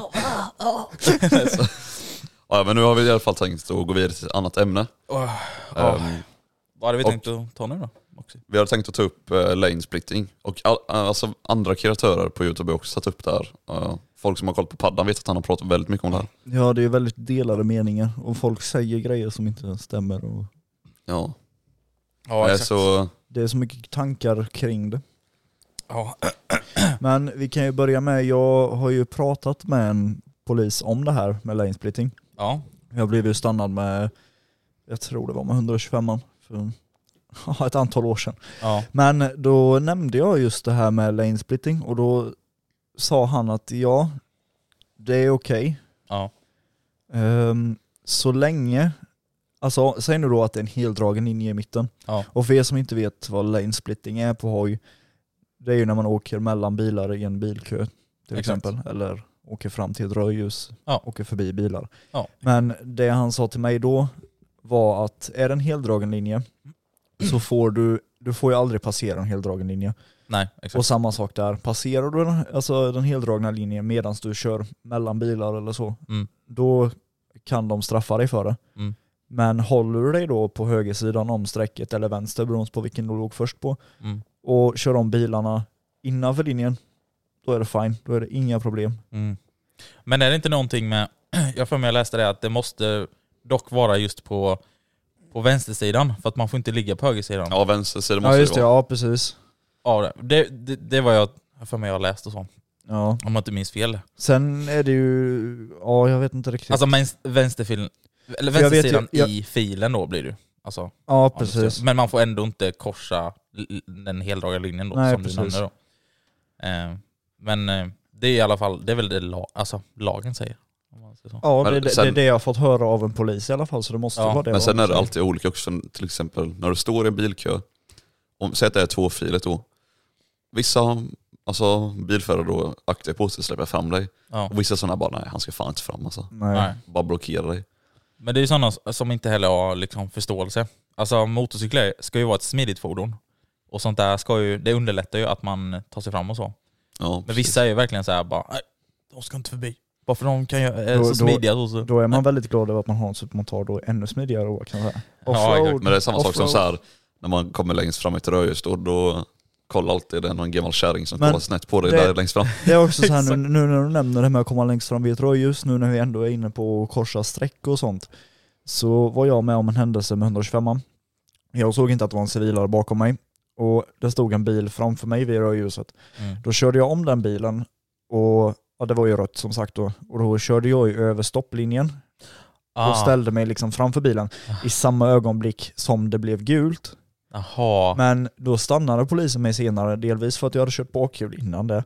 Ja, men nu har vi i alla fall tänkt att gå vidare till ett annat ämne. Vad hade vi tänkt att ta nu då? Också? Vi hade tänkt att ta upp lane splitting. Och alltså andra kreatörer på YouTube har också satt upp det här. Folk som har koll på paddan vet att han har pratat väldigt mycket om det här. Ja, det är väldigt delade meningar. Och folk säger grejer som inte stämmer. Och... Ja, exakt. Så... Det är så mycket tankar kring det. Ja. Men vi kan ju börja med, jag har ju pratat med en polis om det här med lane splitting. Ja. Jag blev ju stannad med, jag tror det var med 125 för ett antal år sedan. Ja. Men då nämnde jag just det här med lane splitting och då sa han att ja, det är okej. Ja. Så länge, alltså säg nu då att det är en heldragen linje i mitten. Ja. Och för er som inte vet vad lane splitting är på hoj, det är ju när man åker mellan bilar i en bilkö till exempel. Eller åker fram till ett rödljus, åker förbi bilar. Ja. Men det han sa till mig då var att är det en heldragen linje så får du får ju aldrig passera en heldragen linje. Nej, exakt. Och samma sak där. Passerar du den heldragna linjen medan du kör mellan bilar eller så, då kan de straffa dig för det. Mm. Men håller du dig då på högersidan om sträcket eller vänster beroende på vilken du låg först på och kör om bilarna innanför linjen, då är det fine. Då är det inga problem. Mm. Men är det inte någonting med, jag läste det att det måste dock vara just på vänstersidan för att man får inte ligga på högersidan. Ja, vänstersidan måste just det vara. Ja, precis. Ja, det var jag för mig jag läste så. Ja. Om man inte minns fel. Sen är det ju, jag vet inte riktigt. Alltså vänstersidan i filen då blir det. Alltså, ja, precis. Men man får ändå inte korsa den heldragna linjen då. Nej, som precis. du nämnde då. Men det är i alla fall, det är väl det lagen säger. Ja, det är det jag har fått höra av en polis i alla fall, så det måste vara det. Men sen är det alltid olika också, till exempel när du står i en bilkö, säg att det är tvåfiligt då. Vissa bilförare då aktar på sig att släppa fram dig. Ja. Och vissa sådana bara, nej, han ska fan inte fram alltså. Nej. Bara blockera dig. Men det är ju sådana som inte heller har liksom förståelse. Alltså motorcyklar ska ju vara ett smidigt fordon. Och sånt där det underlättar ju att man tar sig fram och så. Ja, men vissa är ju verkligen så här bara, nej, de ska inte förbi. Varför de kan är så smidiga. Då är man väldigt glad över att man har en supermotor då ännu smidigare. Kan jag säga. Men det är samma sak som så här, när man kommer längst fram i ett rödljus då kollar alltid det är någon gammal kärring som kollar snett på dig där längst fram. Det är också så här, nu när du nämner det med att komma längst fram vid ett rödljus, nu när vi ändå är inne på att korsa streck och sånt, så var jag med om en händelse med 125. Jag såg inte att det var en civilare bakom mig och det stod en bil framför mig vid rödljuset. Då körde jag om den bilen och det var ju rött som sagt då. Och då körde jag ju över stopplinjen och ställde mig liksom framför bilen i samma ögonblick som det blev gult. Aha. Men då stannade polisen mig senare, delvis för att jag hade kört bakhjul innan det.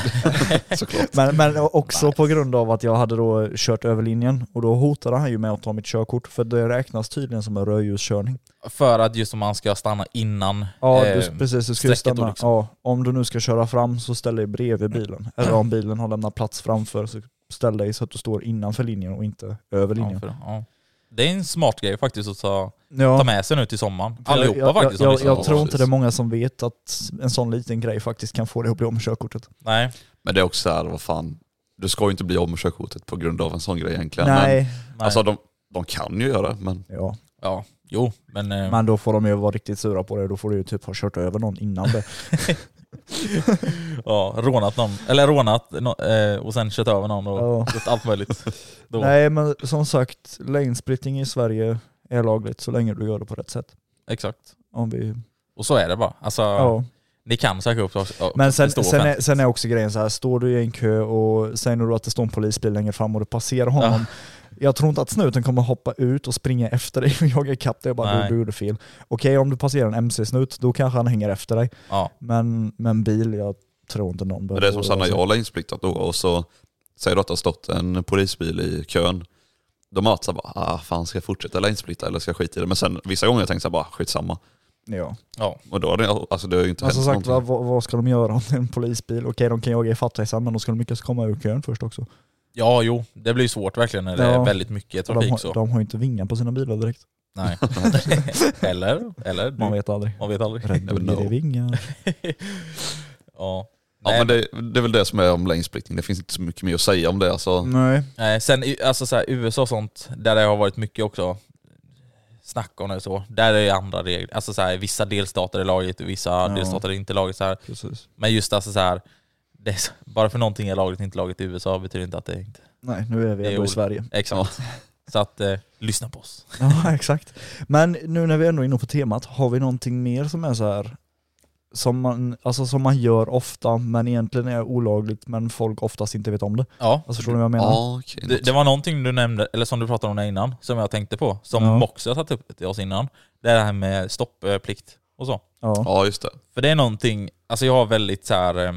men också på grund av att jag hade då kört över linjen. Och då hotade han ju med att ta mitt körkort, för det räknas tydligen som en rödljuskörning. För att just om man ska stanna innan precis, du ska stanna. Liksom. Ja, om du nu ska köra fram så ställ dig bredvid bilen. Eller om bilen har lämnat plats framför så ställ dig så att du står innanför linjen och inte över linjen. Det är en smart grej faktiskt att ta med sig nu till sommaren. Allihopa faktiskt. Jag tror inte det är många som vet att en sån liten grej faktiskt kan få dig att bli om med körkortet. Nej. Men det är också här, vad fan, du ska ju inte bli om med körkortet på grund av en sån grej egentligen. Nej. Men, alltså de kan ju göra det, men... Ja, jo. Men då får de ju vara riktigt sura på det. Då får du ju typ ha kört över någon innan det. Rånat någon. Eller rånat och sen kört över någon och gjort allt möjligt. Nej, men som sagt, lane splitting i Sverige är lagligt så länge du gör det på rätt sätt. Exakt. Och så är det bara. Alltså, ni kan söka upp det. Men sen är också grejen så här, står du i en kö och säger nu då att det står en polisbil längre fram och du passerar honom. Jag tror inte att snuten kommer hoppa ut och springa efter dig och jaga ikapp dig och bara du gjorde fel. Okej, om du passerar en MC-snut, då kanske han hänger efter dig. Ja. Men bil, jag tror inte någon behöver. Men det är som när jag har lanesplittat då och så säger du att det har stått en polisbil i kön. De har så bara, fan ska jag fortsätta lanesplitta eller ska jag skita i det? Men sen vissa gånger jag tänkte så bara, skit samma. Ja. Och då det är ju inte alltså sagt, vad ska de göra om det är en polisbil? Okej, de kan jaga ifatt dig sen, men då ska de lyckas komma ur kön först också. Ja, jo. Det blir svårt verkligen när det är väldigt mycket trafik. De har ju inte vingar på sina bilar direkt. Nej. eller Man vet aldrig. Man vet aldrig. Red Bull ger vingar. Ja. Ja, men det är väl det som är om lanesplitting. Det finns inte så mycket mer att säga om det. Alltså. Nej. Sen alltså så här, USA och sånt, där det har varit mycket också snack om det så. Där är det andra regler. Alltså så här, vissa delstater är lagligt och vissa delstater är inte lagligt. Så här. Precis. Men just alltså så här, bara för någonting är lagligt inte lagligt i USA betyder inte att det inte... Nej, nu är vi ändå i Sverige. Exakt. Så att lyssna på oss. Ja, exakt. Men nu när vi ändå är inne på temat, har vi någonting mer som är så här som man gör ofta men egentligen är olagligt men folk oftast inte vet om det? Ja. Alltså, förstår du vad jag menar? Ja, okay. Det var någonting du nämnde, eller som du pratade om innan, som jag tänkte på, som Moxie har tagit upp till oss innan. Det är det här med stopplikt och så. Ja, just det. För det är någonting, alltså jag har väldigt så här,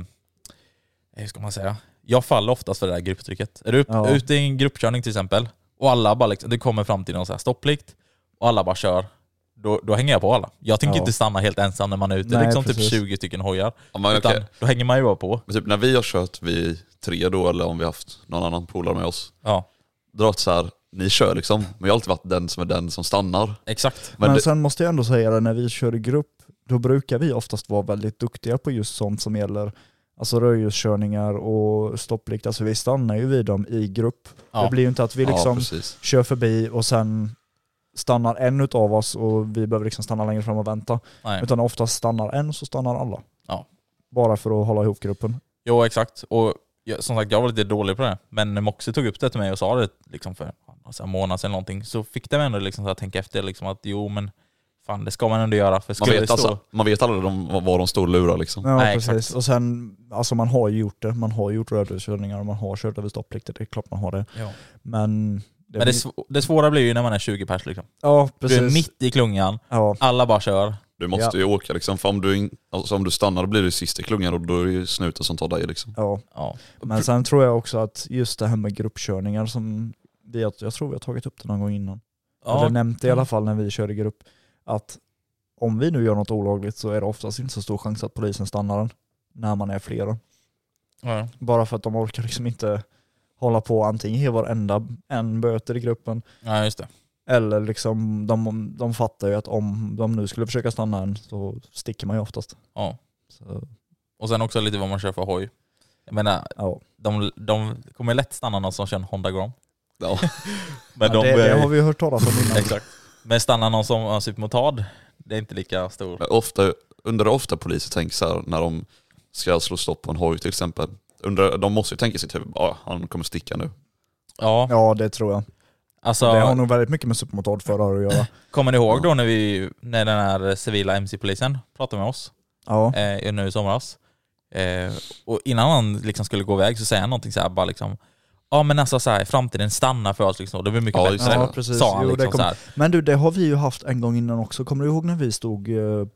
hur ska man säga? Jag faller oftast för det där grupptrycket. Är du ute i en gruppkörning till exempel och alla bara liksom, det kommer fram till någon så här stopplikt och alla bara kör. Då hänger jag på alla. Jag tänker inte stanna helt ensam när man är ute. Nej, liksom typ 20 stycken hojar. Ja, men utan då hänger man ju bara på. Men typ när vi har kört, vi 3 då, eller om vi har haft någon annan polare med oss. Ja. Då har det så här, ni kör liksom. Men jag har alltid varit den som stannar. Exakt. Men sen måste jag ändå säga det, när vi kör i grupp, då brukar vi oftast vara väldigt duktiga på just sånt som gäller alltså rödljuskörningar och stopplikt. Alltså vi stannar ju vid dem i grupp. Ja. Det blir ju inte att vi liksom kör förbi och sen stannar en utav oss och vi behöver liksom stanna längre fram och vänta. Nej. Utan oftast stannar en så stannar alla. Ja. Bara för att hålla ihop gruppen. Jo, exakt. Och som sagt, jag var lite dålig på det. Men Moxie tog upp det till mig och sa det liksom för en månad sedan någonting. Så fick det ändå liksom så att tänka efter liksom att jo, men fan, det ska man ändå göra. För man vet aldrig var de står och lurar liksom. Ja, nej, precis. Exakt. Och sen, alltså man har ju gjort det. Man har gjort rödljuskörningar och man har kört över stopplikter. Det är klart man har det. Ja. Men det svåra blir ju när man är 20 pers liksom. Ja, precis. Du är mitt i klungan. Ja. Alla bara kör. Du måste ju åka liksom. För om du stannar blir du sist i klungan och då är det ju snuten som tar dig liksom. Ja. Men sen tror jag också att just det här med gruppkörningar som jag tror vi har tagit upp det någon gång innan. Ja. Eller nämnt det i alla fall när vi kör i grupp. Att om vi nu gör något olagligt så är det oftast inte så stor chans att polisen stannar den när man är flera. Ja. Bara för att de orkar liksom inte hålla på antingen ge varenda en böter i gruppen. Ja, just det. Eller liksom de fattar ju att om de nu skulle försöka stanna en så sticker man ju oftast. Ja. Så. Och sen också lite vad man kör för hoj. Jag menar, de kommer lätt stanna någon som kör en Honda Grom. Ja. Men det har vi hört talas om innan. Exakt. Men stanna någon som har supermotard, det är inte lika stor. Ofta poliser tänker så här när de ska slå stopp på en hoj till exempel. De måste ju tänka sitt huvud, han kommer sticka nu. Ja, det tror jag. Alltså, det har nog väldigt mycket med supermotardförare att göra. Kommer ni ihåg då när den här civila MC-polisen pratade med oss? Ja. Nu i somras. Och innan han liksom skulle gå iväg så säger han någonting så här, bara liksom, men alltså så här, framtiden stannar för oss liksom. Det blir mycket bättre. Ja, precis. Sa han liksom så här. Men du, det har vi ju haft en gång innan också. Kommer du ihåg när vi stod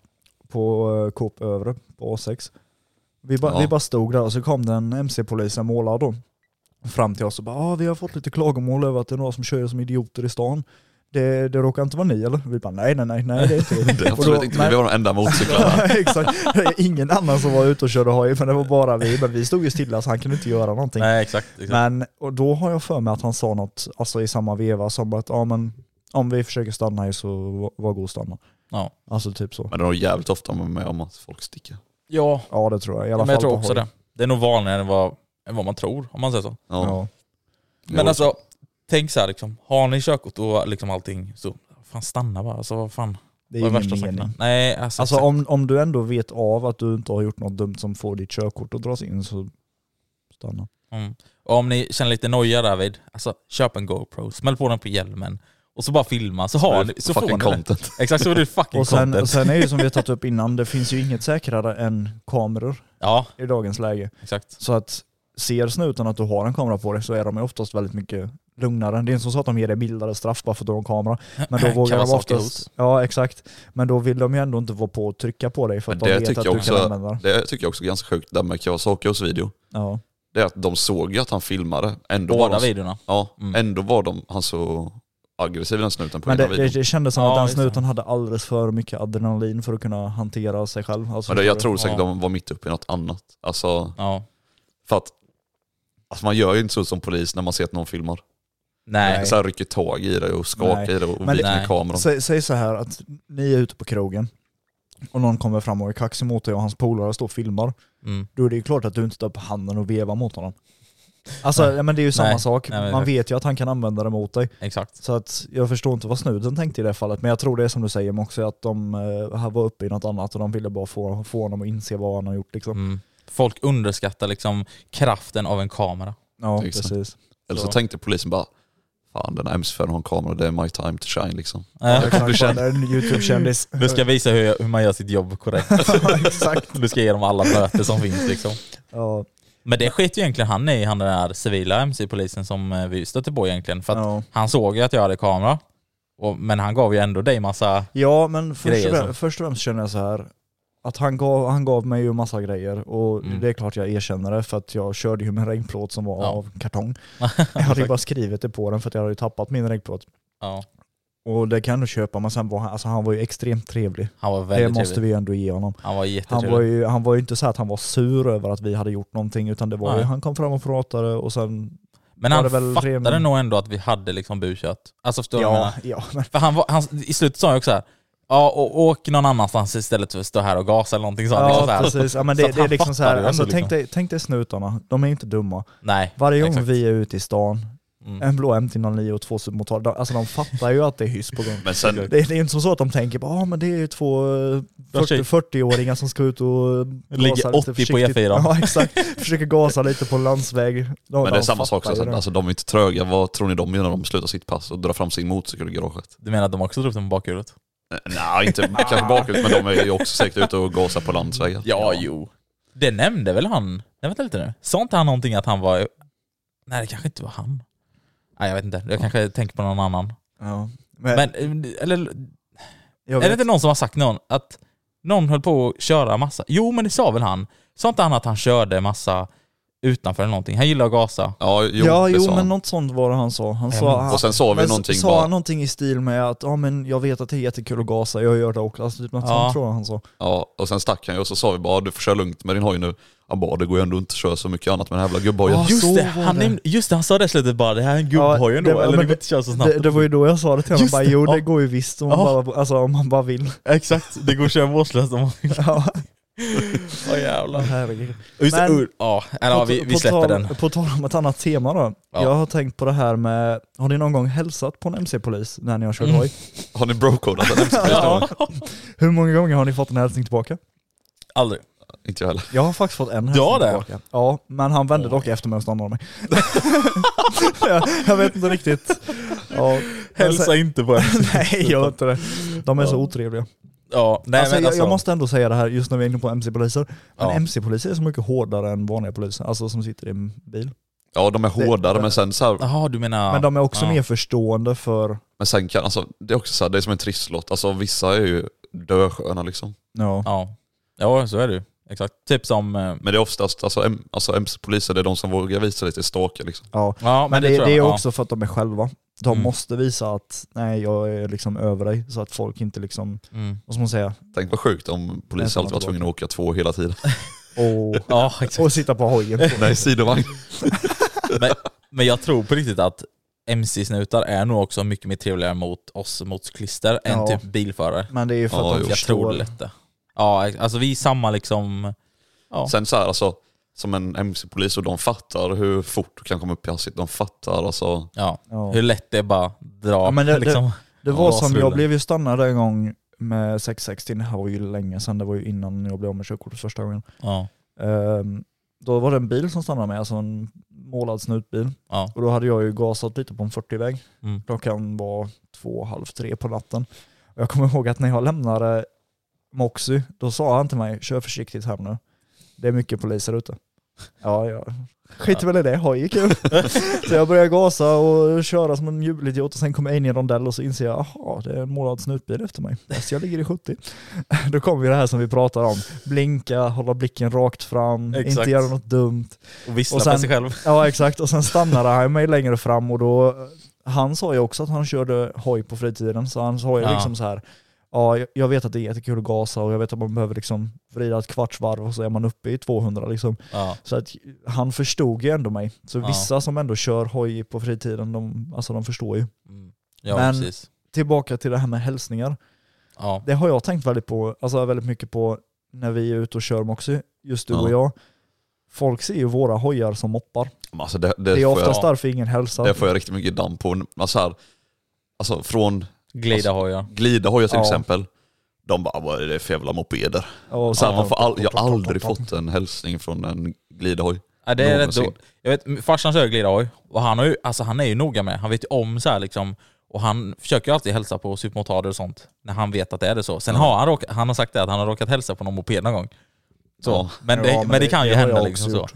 på Coop Övre på A6? Vi bara stod där och så kom den MC-polisen målad då fram till oss och bara, vi har fått lite klagomål över att det är några som kör som idioter i stan. Det råkar inte vara ni, eller? Vi bara, nej, det är inte det. Det är absolut inte, vi var de enda motorcyklarna. Exakt. Ingen annan som var ute och körde hoj, men det var bara vi. Men vi stod ju stilla så han kunde inte göra någonting. Nej, exakt. Men och då har jag för mig att han sa något alltså i samma veva som att, men om vi försöker stanna här så var god stanna. Ja. Alltså typ så. Men det är nog jävligt ofta med om att folk sticker. Ja, det tror jag. I alla fall jag tror också det. Det är nog vanligare än vad man tror, om man säger så. Ja. Men alltså, tänk så här liksom, har ni körkort och liksom allting så fan stanna bara. Alltså vad fan. Det är ingen mening. Nej, alltså om du ändå vet av att du inte har gjort något dumt som får ditt körkort att dras in så stanna. Och om ni känner lite noja David, alltså köp en GoPro, smäll på den på hjälmen och så bara filma så har ni så får ni content. Exakt, så är det fucking content. Och sen är ju som vi har tagit upp innan, det finns ju inget säkrare än kameror i dagens läge. Exakt. Så att ser snuten att du har en kamera på dig så är de oftast väldigt mycket lugnare. Det är inte så att de ger dig bildade straff bara för att du har en kamera. Men då vågar de oftast... Ja, exakt. Men då vill de ju ändå inte vara på och trycka på dig för att de vet att du kan använda. Det tycker jag också är ganska sjukt där med Kawasakios video. Ja. Det är att de såg att han filmade. Båda videorna. Ja, ändå var han så aggressiv den snuten på men det kändes som att den snuten hade alldeles för mycket adrenalin för att kunna hantera sig själv. Alltså, men jag tror säkert de var mitt uppe i något annat. Alltså, för att alltså man gör ju inte så som polis när man ser att någon filmar. Nej. Så här rycker tag i det och skakar i det och viker ner kameran. Säg så här att ni är ute på krogen och någon kommer fram och är kaxig mot dig och hans polare står och filmar. Då är det ju klart att du inte tar på handen och vevar mot honom. Alltså, men det är ju samma sak. Man vet ju att han kan använda det mot dig. Exakt. Så att jag förstår inte vad snuten tänkte i det fallet. Men jag tror det är som du säger också, att de var uppe i något annat och de ville bara få honom att inse vad han har gjort. Liksom. Folk underskattar liksom kraften av en kamera. Ja, precis. Eller så tänkte polisen bara, fan, den här MC-färden har en kamera, det är my time to shine liksom. Exakt, en YouTube-kändis. Du ska visa hur man gör sitt jobb korrekt. Exakt. Du ska ge dem alla böter som finns liksom. Ja. Men det skit ju egentligen han i, han den där civila MC-polisen som vi stötte på egentligen. För att han såg ju att jag hade kamera. Men han gav ju ändå dig massa men först och främst känner jag så här. Att han gav mig ju massa grejer. Och det är klart jag erkänner det. För att jag körde ju med en regnplåt som var av kartong. Jag hade ju bara skrivit det på den för att jag hade ju tappat min regnplåt. Ja. Och det kan du köpa, men sen var han var ju extremt trevlig. Han var väldigt det måste vi ändå ge honom. Han var jättetrevlig. Han var ju inte så att han var sur över att vi hade gjort någonting, utan det var ju, han kom fram och pratade och sen... Men han fattade nog ändå att vi hade liksom buskött. Alltså förstår du? Men... För han i slutet sa jag också så här: ja, och åk någon annanstans istället för att stå här och gasa eller någonting sånt. Ja, liksom precis. Ja, men det är liksom så här, alltså, tänk dig snutarna. De är inte dumma. Nej. Varje gång vi är ute i stan, en blå MT-09 och 2 submotorer, alltså de fattar ju att det är hyss på gång. Men sen... det är inte så att de tänker, men det är ju 2 40-åringar som ska ut och ligger 80 på E4. Ja, exakt. Försöker gasa lite på landsväg. Men det är samma sak så, alltså, de är inte tröga. Vad tror ni de gör när de slutar sitt pass och drar fram sin motorcykel i garaget? Du menar att de också drog dem på bakhjulet? Nej, inte kanske bakhjulet, men de är ju också säkert ute och gasar på landsvägen. Ja, jo. Det nämnde väl han? Jag vet inte nu. Sa inte han någonting att han var... Nej, det kanske inte var han. Nej, jag vet inte. Jag kanske tänker på någon annan. Ja. Men eller... Är det inte någon som har sagt att någon höll på att köra massa? Jo, men det sa väl han. Sa inte han att han körde massa utanför eller någonting? Han gillar att gasa. Jo, men något sånt var det han sa. Och sen sa vi någonting sa han någonting i stil med att men jag vet att det är jättekul att gasa, jag gör det också. Alltså, typ något sånt tror jag han sa. Ja, och sen stack han ju och så sa vi bara, du får köra lugnt med din hoj nu. Han bara, det går ju ändå inte att köra så mycket annat med den här jävla gubbhojen. Just det, han sa det slutet bara, det här är en gubbhojen då, eller det går inte köra så snabbt. Det var ju då jag sa det till honom, det går ju visst om man bara vill. Exakt, det går att köra vårdslöst om man vill. Jävlar. Herregud. Vi släpper den. På tal om ett annat tema då. Ja. Jag har tänkt på det här med, har ni någon gång hälsat på en MC-polis när ni har kört hoj? Har ni bro-codat en MC-polis? Hur många gånger har ni fått en hälsning tillbaka? Aldrig. Inte jag heller. Jag har faktiskt fått en hälsning tillbaka. Ja, men han vände dock efter mig och stannade mig. jag vet inte riktigt. Ja. Hälsa inte på en. Nej, jag vet inte det. De är så otrevliga. Ja, jag måste ändå säga det här just när vi är inne på MC-poliser. Men MC-poliser är så mycket hårdare än vanliga poliser, alltså som sitter i en bil. Ja, de är hårdare, men sen så här... Jaha, du menar... Men de är också mer förstående för... Men sen kan, alltså, det är också så här, det är som en trisslott. Alltså vissa är ju dösköna liksom. Ja, så är det ju. Exakt. Typ som... Men det är oftast, alltså MC-poliser, det är de som vågar visa lite ståka liksom. Ja, men det är också för att de är själva. De måste visa att nej, jag är liksom över dig, så att folk inte liksom, vad ska man säga? Tänk vad sjukt om polisen alltid var tvungen att åka 2 hela tiden. Och sitta på hojen. Nej, sidovagn. men jag tror på riktigt att MC-snutar är nog också mycket mer trevligare mot oss motorcyklister än typ bilförare. Men det är ju för att jag tror det. Ja, alltså vi är samma liksom... Ja. Sen så här, alltså, som en MC-polis, och de fattar hur fort du kan komma upp i hastighet. De fattar alltså... Ja, hur lätt det är bara dra. Ja, men liksom. Det var som, jag blev ju stannad en gång med 660. Det här var ju länge sedan, det var ju innan jag blev av med körkortet första gången. Ja. Då var det en bil som stannade med, alltså en målad snutbil. Ja. Och då hade jag ju gasat lite på en 40-väg. Klockan var 2:30 på natten. Och jag kommer ihåg att när jag lämnade Moxy, då sa han till mig, kör försiktigt här nu. Det är mycket poliser ute. Ja. Skit väl i det, hoj kul. Så jag började gasa och köra som en jubelidiot, och sen kom jag in i en rondell och så inser jag, det är en målad snutbil efter mig. Så jag ligger i 70. Då kommer vi det här som vi pratar om. Blinka, hålla blicken rakt fram, inte göra något dumt. Och vissla på sig själv. Ja, exakt. Och sen stannade han mig längre fram, och då, han sa ju också att han körde hoj på fritiden, så han sa ju liksom så här, Ja, jag vet att det är jättekul att gasa och jag vet att man behöver liksom vrida ett kvartsvarv och så är man uppe i 200 liksom. Ja. Så att han förstod ju ändå mig. Så vissa som ändå kör hoj på fritiden, de förstår ju. Ja, men precis. Tillbaka till det här med hälsningar. Ja. Det har jag tänkt väldigt mycket på när vi är ute och kör också, just du och jag. Folk ser ju våra hojar som moppar. Alltså det är oftast därför ingen hälsa. Det får jag riktigt mycket damm på. Alltså från Glidahojar till exempel. De bara, vad är det för jävla mopeder? Jag har aldrig fått en hälsning från en glidahoj. Ja, det är rätt då. Jag vet, farsan kör glidahoj och han är ju noga med. Han vet ju om så här liksom, och han försöker ju alltid hälsa på supermotarder och sånt när han vet att det är det så. Sen har han har sagt det att han har råkat hälsa på någon moped någon gång. Så. Ja. Men det kan ju hända liksom så.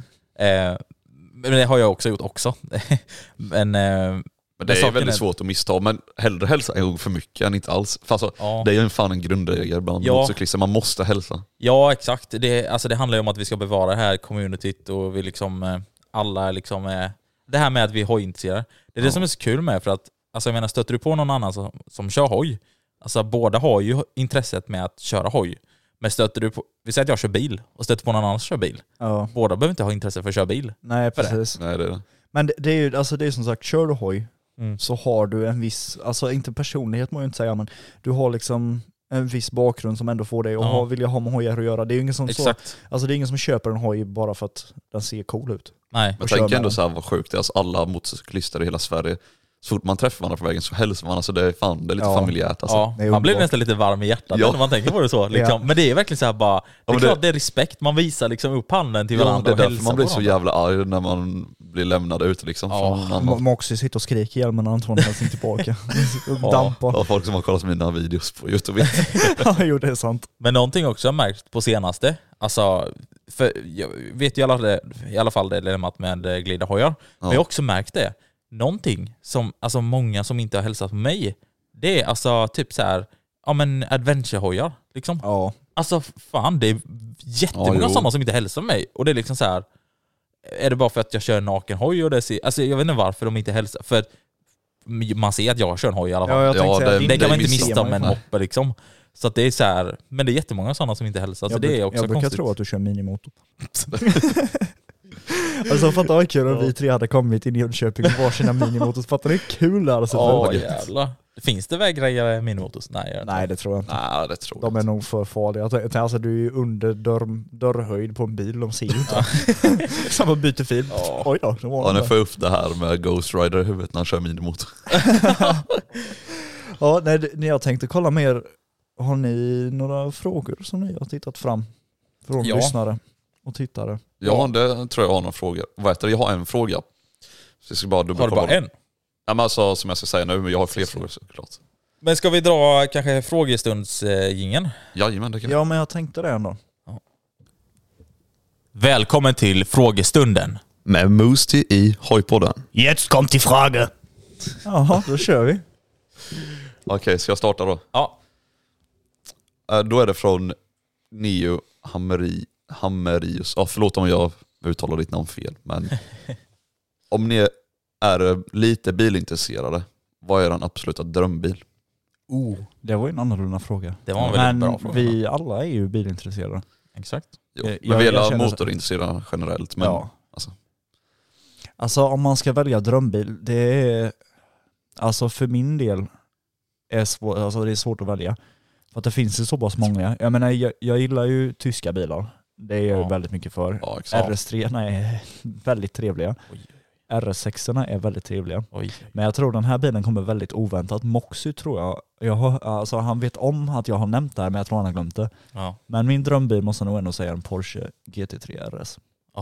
Men det har jag också gjort också. men det är väldigt svårt att missta, men hellre hälsa en gång för mycket än inte alls. För alltså, det är ju fan en grundregel bland motorcyklister, man måste hälsa. Ja, exakt. Det handlar ju om att vi ska bevara det här communityt och vi liksom alla liksom det här med att vi är hojintresserade. Det är det som är så kul med, för att alltså jag menar, stöter du på någon annan som kör hoj, alltså båda har ju intresset med att köra hoj. Men stöter du på, vi säger att jag kör bil och stöter på någon annan som kör bil. Ja. Båda behöver inte ha intresse för att köra bil. Nej, precis. Nej, det är det. Men det är ju, alltså det är som sagt, kör du hoj så har du en viss, alltså inte personlighet må jag inte säga, men du har liksom en viss bakgrund som ändå får dig att vilja ha med hojar att göra. Det är ju ingen som alltså det är ingen som köper en hoj bara för att den ser cool ut. Nej. Men tänk ändå så här vad sjukt det är, alltså alla motorcyklister i hela Sverige, så fort man träffar varandra på vägen så hälsar man, alltså det är lite familjärt alltså. Ja, man blir nästan lite varm i hjärtat när man tänker på det så liksom. Men det är verkligen så här bara, det är klart det är respekt, man visar liksom upp handen till varandra. Det är därför man blir så jävla arg när man blir lämnad ut liksom. Moxie sitter och skriker igen men Anton hälsar inte tillbaka. Dampar. Ja, folk som har kollat mina videos på YouTube. Ja, jo, det är sant. Men någonting också jag märkt på senaste, alltså för jag vet ju i alla fall det dilemmat med glidahojar. Men jag har också märkt det. Någonting som, alltså många som inte har hälsat på mig, det är alltså typ så här, men adventurehojar liksom. Ja. Alltså fan, det är jättemånga sådana som inte hälsar på mig. Och det är liksom så här, är det bara för att jag kör en nakenhoj och det ser, alltså jag vet inte varför de inte hälsar, för man ser att jag kör en hoj i alla fall. Det kan man inte missa med en moppe liksom. Så att det är så här, men det är jättemånga sådana som inte hälsar, så det är också konstigt. Jag brukar tro att du kör minimotor. Alltså fattar vad kul om vi tre hade kommit in i Jönköping och varsina minimotors. Fattar det är kul där alltså. Jävlar. Finns det väggrejare minimotors? Nej, det tror jag inte. Nej, det tror jag de är nog för farliga. Alltså du är ju under dörrhöjd på en bil, de ser ju inte. Samma byter fil. Oj då. Nu får jag upp det här med Ghost Rider i huvudet när han kör minimotor. Ja, när jag tänkte kolla mer, har ni några frågor som ni har tittat fram från lyssnare och tittare? Ja, det tror jag har några frågor. Jag har en fråga. Så jag ska bara har du bara en? Ja, men alltså, som jag ska säga nu, men jag har fler frågor såklart. Men ska vi dra kanske frågestundsgingen? Jajamän, det kan jag. Ja, men jag tänkte det ändå. Ja. Välkommen till frågestunden. Med Moosty i Hojpodden. Jetzt kommt die Frage. Jaha, då kör vi. Okej, ska jag starta då? Ja. Då är det från Neo Hammerius. Förlåt om jag uttalar ditt namn fel, men om ni är lite bilintresserade, vad är den absoluta drömbil? Det var ju en annorlunda fråga. Det var en väldigt bra fråga. Vi alla är ju bilintresserade. Exakt. Jo, men vi är motorintresserade generellt. Men alltså om man ska välja drömbil, det är alltså för min del är det är svårt att välja. För att det finns ju så pass många. Jag menar, jag gillar ju tyska bilar. Det är jag väldigt mycket för. Ja, RS3 är väldigt trevliga. RS6 är väldigt trevliga. Men jag tror den här bilen kommer väldigt oväntat. Moxie tror jag han vet om att jag har nämnt det här, men jag tror han har glömt det. Ja. Men min drömbil måste nog ändå säga en Porsche GT3 RS.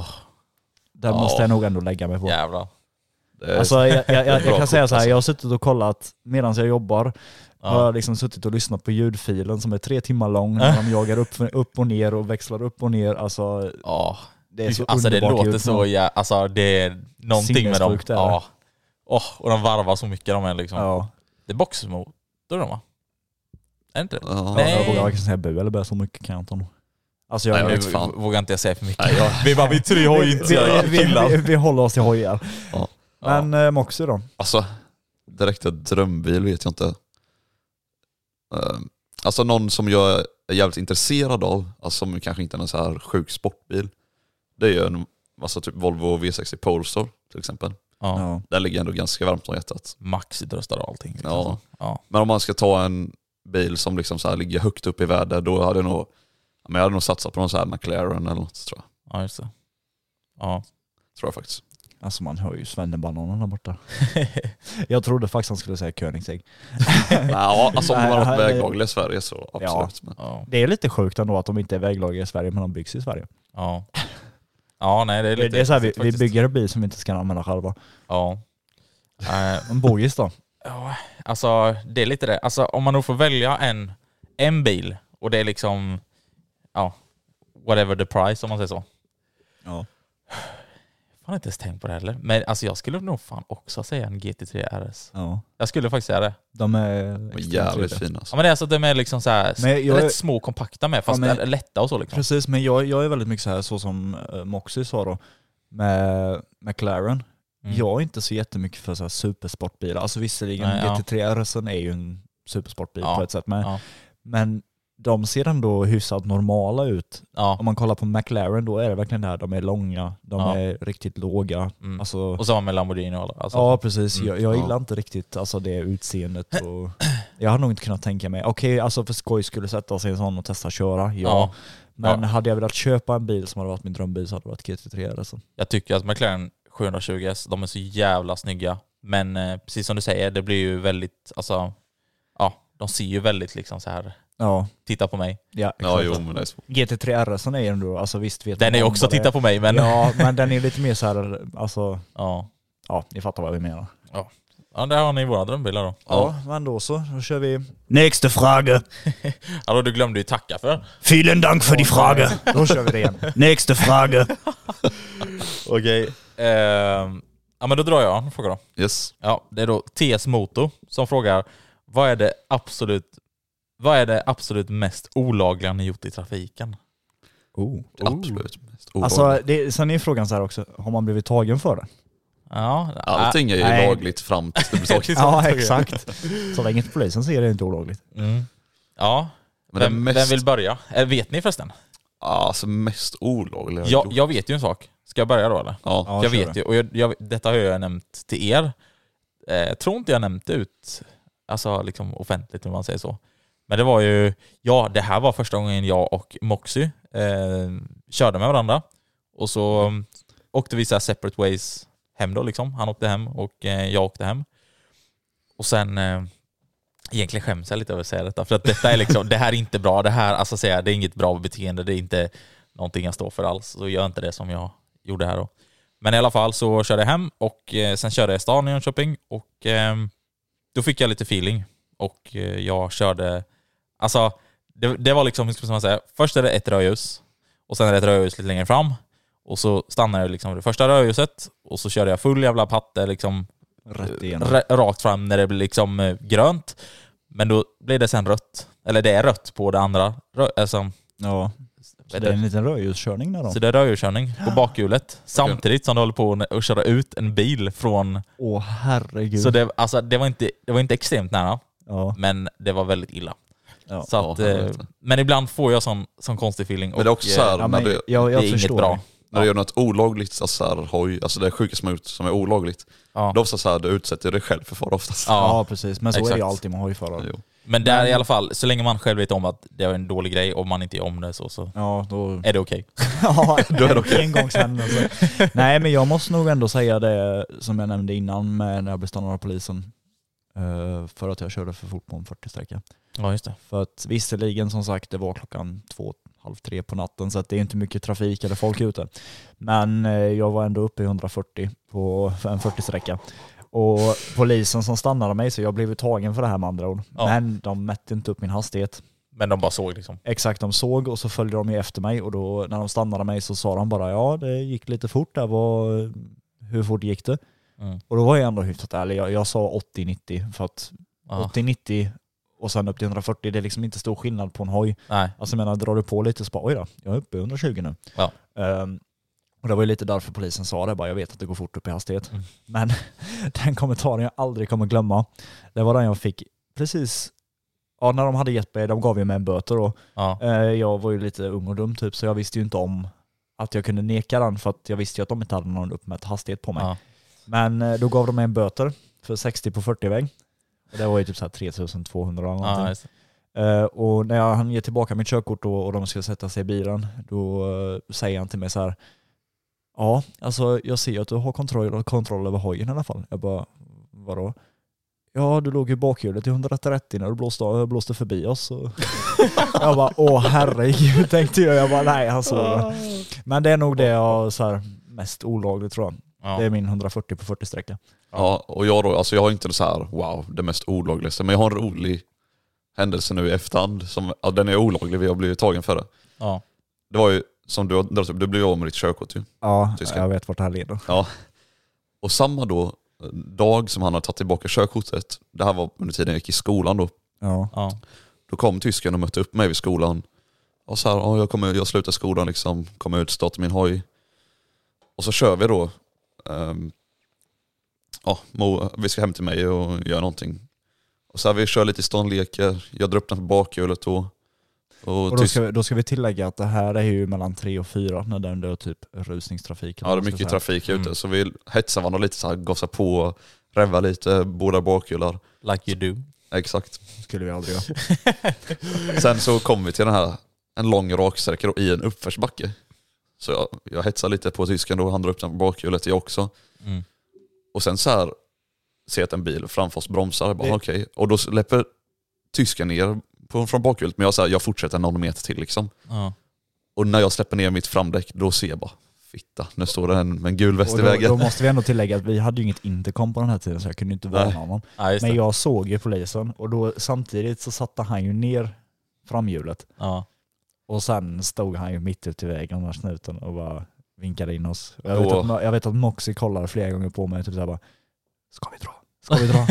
Den måste jag nog ändå lägga mig på. Jävlar. Alltså, jag kan säga så här, jag har suttit och kollat medan jag jobbar. Har jag liksom suttit och lyssnat på ljudfilen som är 3 timmar lång när de jagar upp och ner och växlar upp och ner. Alltså, det är så det låter ljud. så, alltså det är någonting med dem. Och de varvar så mycket de är liksom. Det är boxmotor de, va? Är det inte det? Nej. Jag vågar varken säga bu eller börja så mycket kan jag inte. Alltså jag vågar inte säga för mycket. Vi tre hojintresserade. Vi håller oss till hojar. Men Moxie då? Alltså, direkt ett drömbil vet jag inte. Alltså någon som jag är jävligt intresserad av, alltså som kanske inte är en så här sjuk sportbil. Det är ju en typ Volvo V60 Polestar till exempel. Ja. Den ligger ändå ganska varmt om hjärtat. Maxi-tröstar och allting. Liksom. Ja. Ja. Men om man ska ta en bil som liksom så här ligger högt upp i värde, då hade jag nog satsat på någon så här McLaren eller något, tror jag. Ja, just det. Ja. Tror jag faktiskt. Alltså man hör ju svennebananen där borta. Jag trodde faktiskt han skulle säga Koenigsegg. Ja, alltså om man har väglagliga i Sverige så absolut. Ja. Det är lite sjukt ändå att de inte är väglagliga i Sverige, men de byggs i Sverige. Ja. Ja, nej, det är lite... Det är så här, vi bygger en bil som vi inte ska använda själva. Ja. En bogis då? Ja, alltså det är lite det. Alltså om man nog får välja en bil och det är liksom whatever the price, om man säger så. Ja. Jag har inte ens tänkt på det heller. Men alltså jag skulle nog fan också säga en GT3 RS. Ja. Jag skulle faktiskt säga det. De är jävligt fina. Ja, men det är alltså att de är liksom så här rätt små och kompakta med, fast är lätta och så liksom. Precis, men jag är väldigt mycket så här, så som Moxie sa då, med McLaren. Jag är inte så jättemycket för så här supersportbilar. Alltså visserligen GT3 RS är ju en supersportbil på ett sätt, men de ser ändå hyfsat normala ut. Ja. Om man kollar på McLaren, då är det verkligen det här. De är långa, de är riktigt låga. Alltså, och så med Lamborghini och alltså. Ja, precis. Jag gillar inte riktigt alltså, det utseendet. Och jag har nog inte kunnat tänka mig. Okej, alltså för skoj skulle sätta sig en sån och testa köra. Ja. Men hade jag velat köpa en bil som hade varit min drömbil så hade det varit GT3 alltså. Jag tycker att McLaren 720S, de är så jävla snygga. Men precis som du säger, det blir ju väldigt, alltså, de ser ju väldigt liksom så här. Ja. Titta på mig. Ja, men det är så. GT3 RS är ändå, alltså visst vet den är också titta på mig, men... Ja, men den är lite mer så här, alltså... Ja, ni fattar vad vi menar. Ja, där har ni våra drömbilar då. Ja, men då kör vi... Nästa fråga. Ja, du glömde ju tacka för. Vielen Dank för die Frage. Då kör vi det igen. Nästa fråga. Okej. Ja, men då drar jag en fråga då. Yes. Ja, det är då TS Moto som frågar, vad är det absolut mest olagliga ni gjort i trafiken? Absolut mest olagliga. Alltså, sen är frågan så här också, har man blivit tagen för det? Ja. Allting är ju lagligt fram tills det blir taget. Ja, exakt. Så länge inte polisen ser det inte olagligt. Ja, men vem vill börja? Vet ni förresten? Alltså mest olagliga. Jag vet ju en sak. Ska jag börja då eller? Ja. Jag vet ju, och detta har jag nämnt till er. Jag tror inte jag nämnt ut alltså liksom offentligt, om man säger så. Men det var ju, det här var första gången jag och Moxie körde med varandra. Och så åkte vi så här separate ways hem då liksom. Han åkte hem och jag åkte hem. Och sen egentligen skäms jag lite över att säga detta. För att detta är liksom, det här är inte bra. Det här, alltså säga, det är inget bra beteende. Det är inte någonting jag står för alls. Så gör inte det som jag gjorde här då. Men i alla fall så körde jag hem och sen körde jag stan i Jönköping. Och då fick jag lite feeling. Och jag körde, alltså det var liksom, hur ska man säga, först är det ett rödljus och sen är det ett rödljus lite längre fram och så stannar jag liksom det första rödljuset och så körde jag full jävla patte liksom rakt fram när det blir liksom grönt, men då blir det sen rött, eller det är rött på det andra alltså, ja. Så det är en liten rödljuskörning där då. Så det är rödljuskörning på bakhjulet samtidigt som du håller på att köra ut en bil från... Herregud. Så det var inte extremt nära. Ja. Men det var väldigt illa. Ja. Så att, men ibland får jag sån konstig feeling. Men det är också så här, när det är inget bra. När du gör något olagligt, alltså det sjuka som är olagligt, då är det ofta så här, du utsätter dig själv för fara oftast. Ja, precis. Men så är det ju alltid med hojförare. Men där i alla fall, så länge man själv vet om att det är en dålig grej och man inte gör om det så då är det okej. Ja, då är det okej. En gång sen. Alltså. Nej, men jag måste nog ändå säga det som jag nämnde innan när jag blev stannad av polisen. För att jag körde för fort på en 40-sträcka. Ja, just det. För att visserligen, som sagt, det var 2:30 på natten, så att det är inte mycket trafik eller folk ute. Men jag var ändå uppe i 140 på en 40-sträcka. Och polisen som stannade mig, så jag blev tagen för det här med andra ord. Ja. Men de mätte inte upp min hastighet. Men de bara såg liksom? Exakt, de såg och så följde de efter mig. Och då när de stannade mig så sa de bara, det gick lite fort där. Hur fort gick det? Och då var jag ändå hyfsat ärlig. Jag sa 80-90 för att 80-90 och sen upp till 140, det är liksom inte stor skillnad på en hoj. Nej. Alltså jag menar, drar du på lite så bara, oj då, jag är uppe i 120 nu. Ja. Och det var ju lite därför polisen sa det, bara jag vet att det går fort upp i hastighet. Men den kommentaren jag aldrig kommer glömma, det var den jag fick precis Ja, när de hade gett mig, de gav ju mig en böter då. Ja. Jag var ju lite ung och dum typ, så jag visste ju inte om att jag kunde neka den, för att jag visste ju att de inte hade någon uppmätt hastighet på mig. Ja. Men då gav de mig en böter för 60 på 40-väg. Och det var ju typ så här 3200 eller någonting. Och när han ger tillbaka mitt körkort och de ska sätta sig i bilen, då säger han till mig så här: ja, alltså jag ser att du har kontroll över hojen i alla fall. Jag bara, vadå? Ja, du låg i bakhjulet i 130 när du blåste förbi oss. Och jag bara, åh herregud, tänkte jag. Jag bara, nej, han såg det. Men det är nog det jag så här, mest olagligt, tror jag. Ja. Det är min 140 på 40-sträcka. Ja, och jag då, alltså jag har inte så här, wow, det mest olagligaste. Men jag har en rolig händelse nu i efterhand. Som, ja, den är olaglig, vi har blivit tagen för det. Ja. Det var ju, som du blev av med ditt körkort ju. Ja, jag vet vart det här leder. Ja. Och samma dag som han har tagit tillbaka körkortet, det här var under tiden jag gick i skolan då. Ja. Då kom tysken och mötte upp mig vid skolan. Och så här, jag slutar skolan liksom, kommer ut, startar min hoj. Och så kör vi då. Vi ska hem till mig och göra någonting. Och så här, vi kör lite ståndleker. Jag drar upp den på bakhjulet då. Och då ska vi tillägga att det här är ju mellan 3 och 4 när den är typ rusningstrafik. Ja, det är mycket trafik ute. Så vi hetsar varandra lite så här, gossar på, rävar lite, båda bakhjular. Like you do. Exakt. Skulle vi aldrig göra. Sen så kom vi till en lång raksträcka då, i en uppförsbacke. Så jag hetsar lite på tysken då, han drar upp den på bakhjulet, jag också. Mm. Och sen så här ser jag att en bil framför oss bromsar. Bara, okej. Och då släpper tysken ner från bakhjulet, men jag fortsätter någon meter till liksom. Ja. Och när jag släpper ner mitt framdäck, då ser jag bara, fitta, nu står det med en gul väst i vägen. Då måste vi ändå tillägga att vi hade ju inget intercom på den här tiden, så jag kunde inte varna honom. Ja, men jag såg ju polisen, och då samtidigt så satte han ju ner framhjulet. Ja. Och sen stod han ju mitt ut i vägen, den här snuten, och bara vinkade in oss. Jag vet att Moxie kollade flera gånger på mig, typ såhär bara, ska vi dra?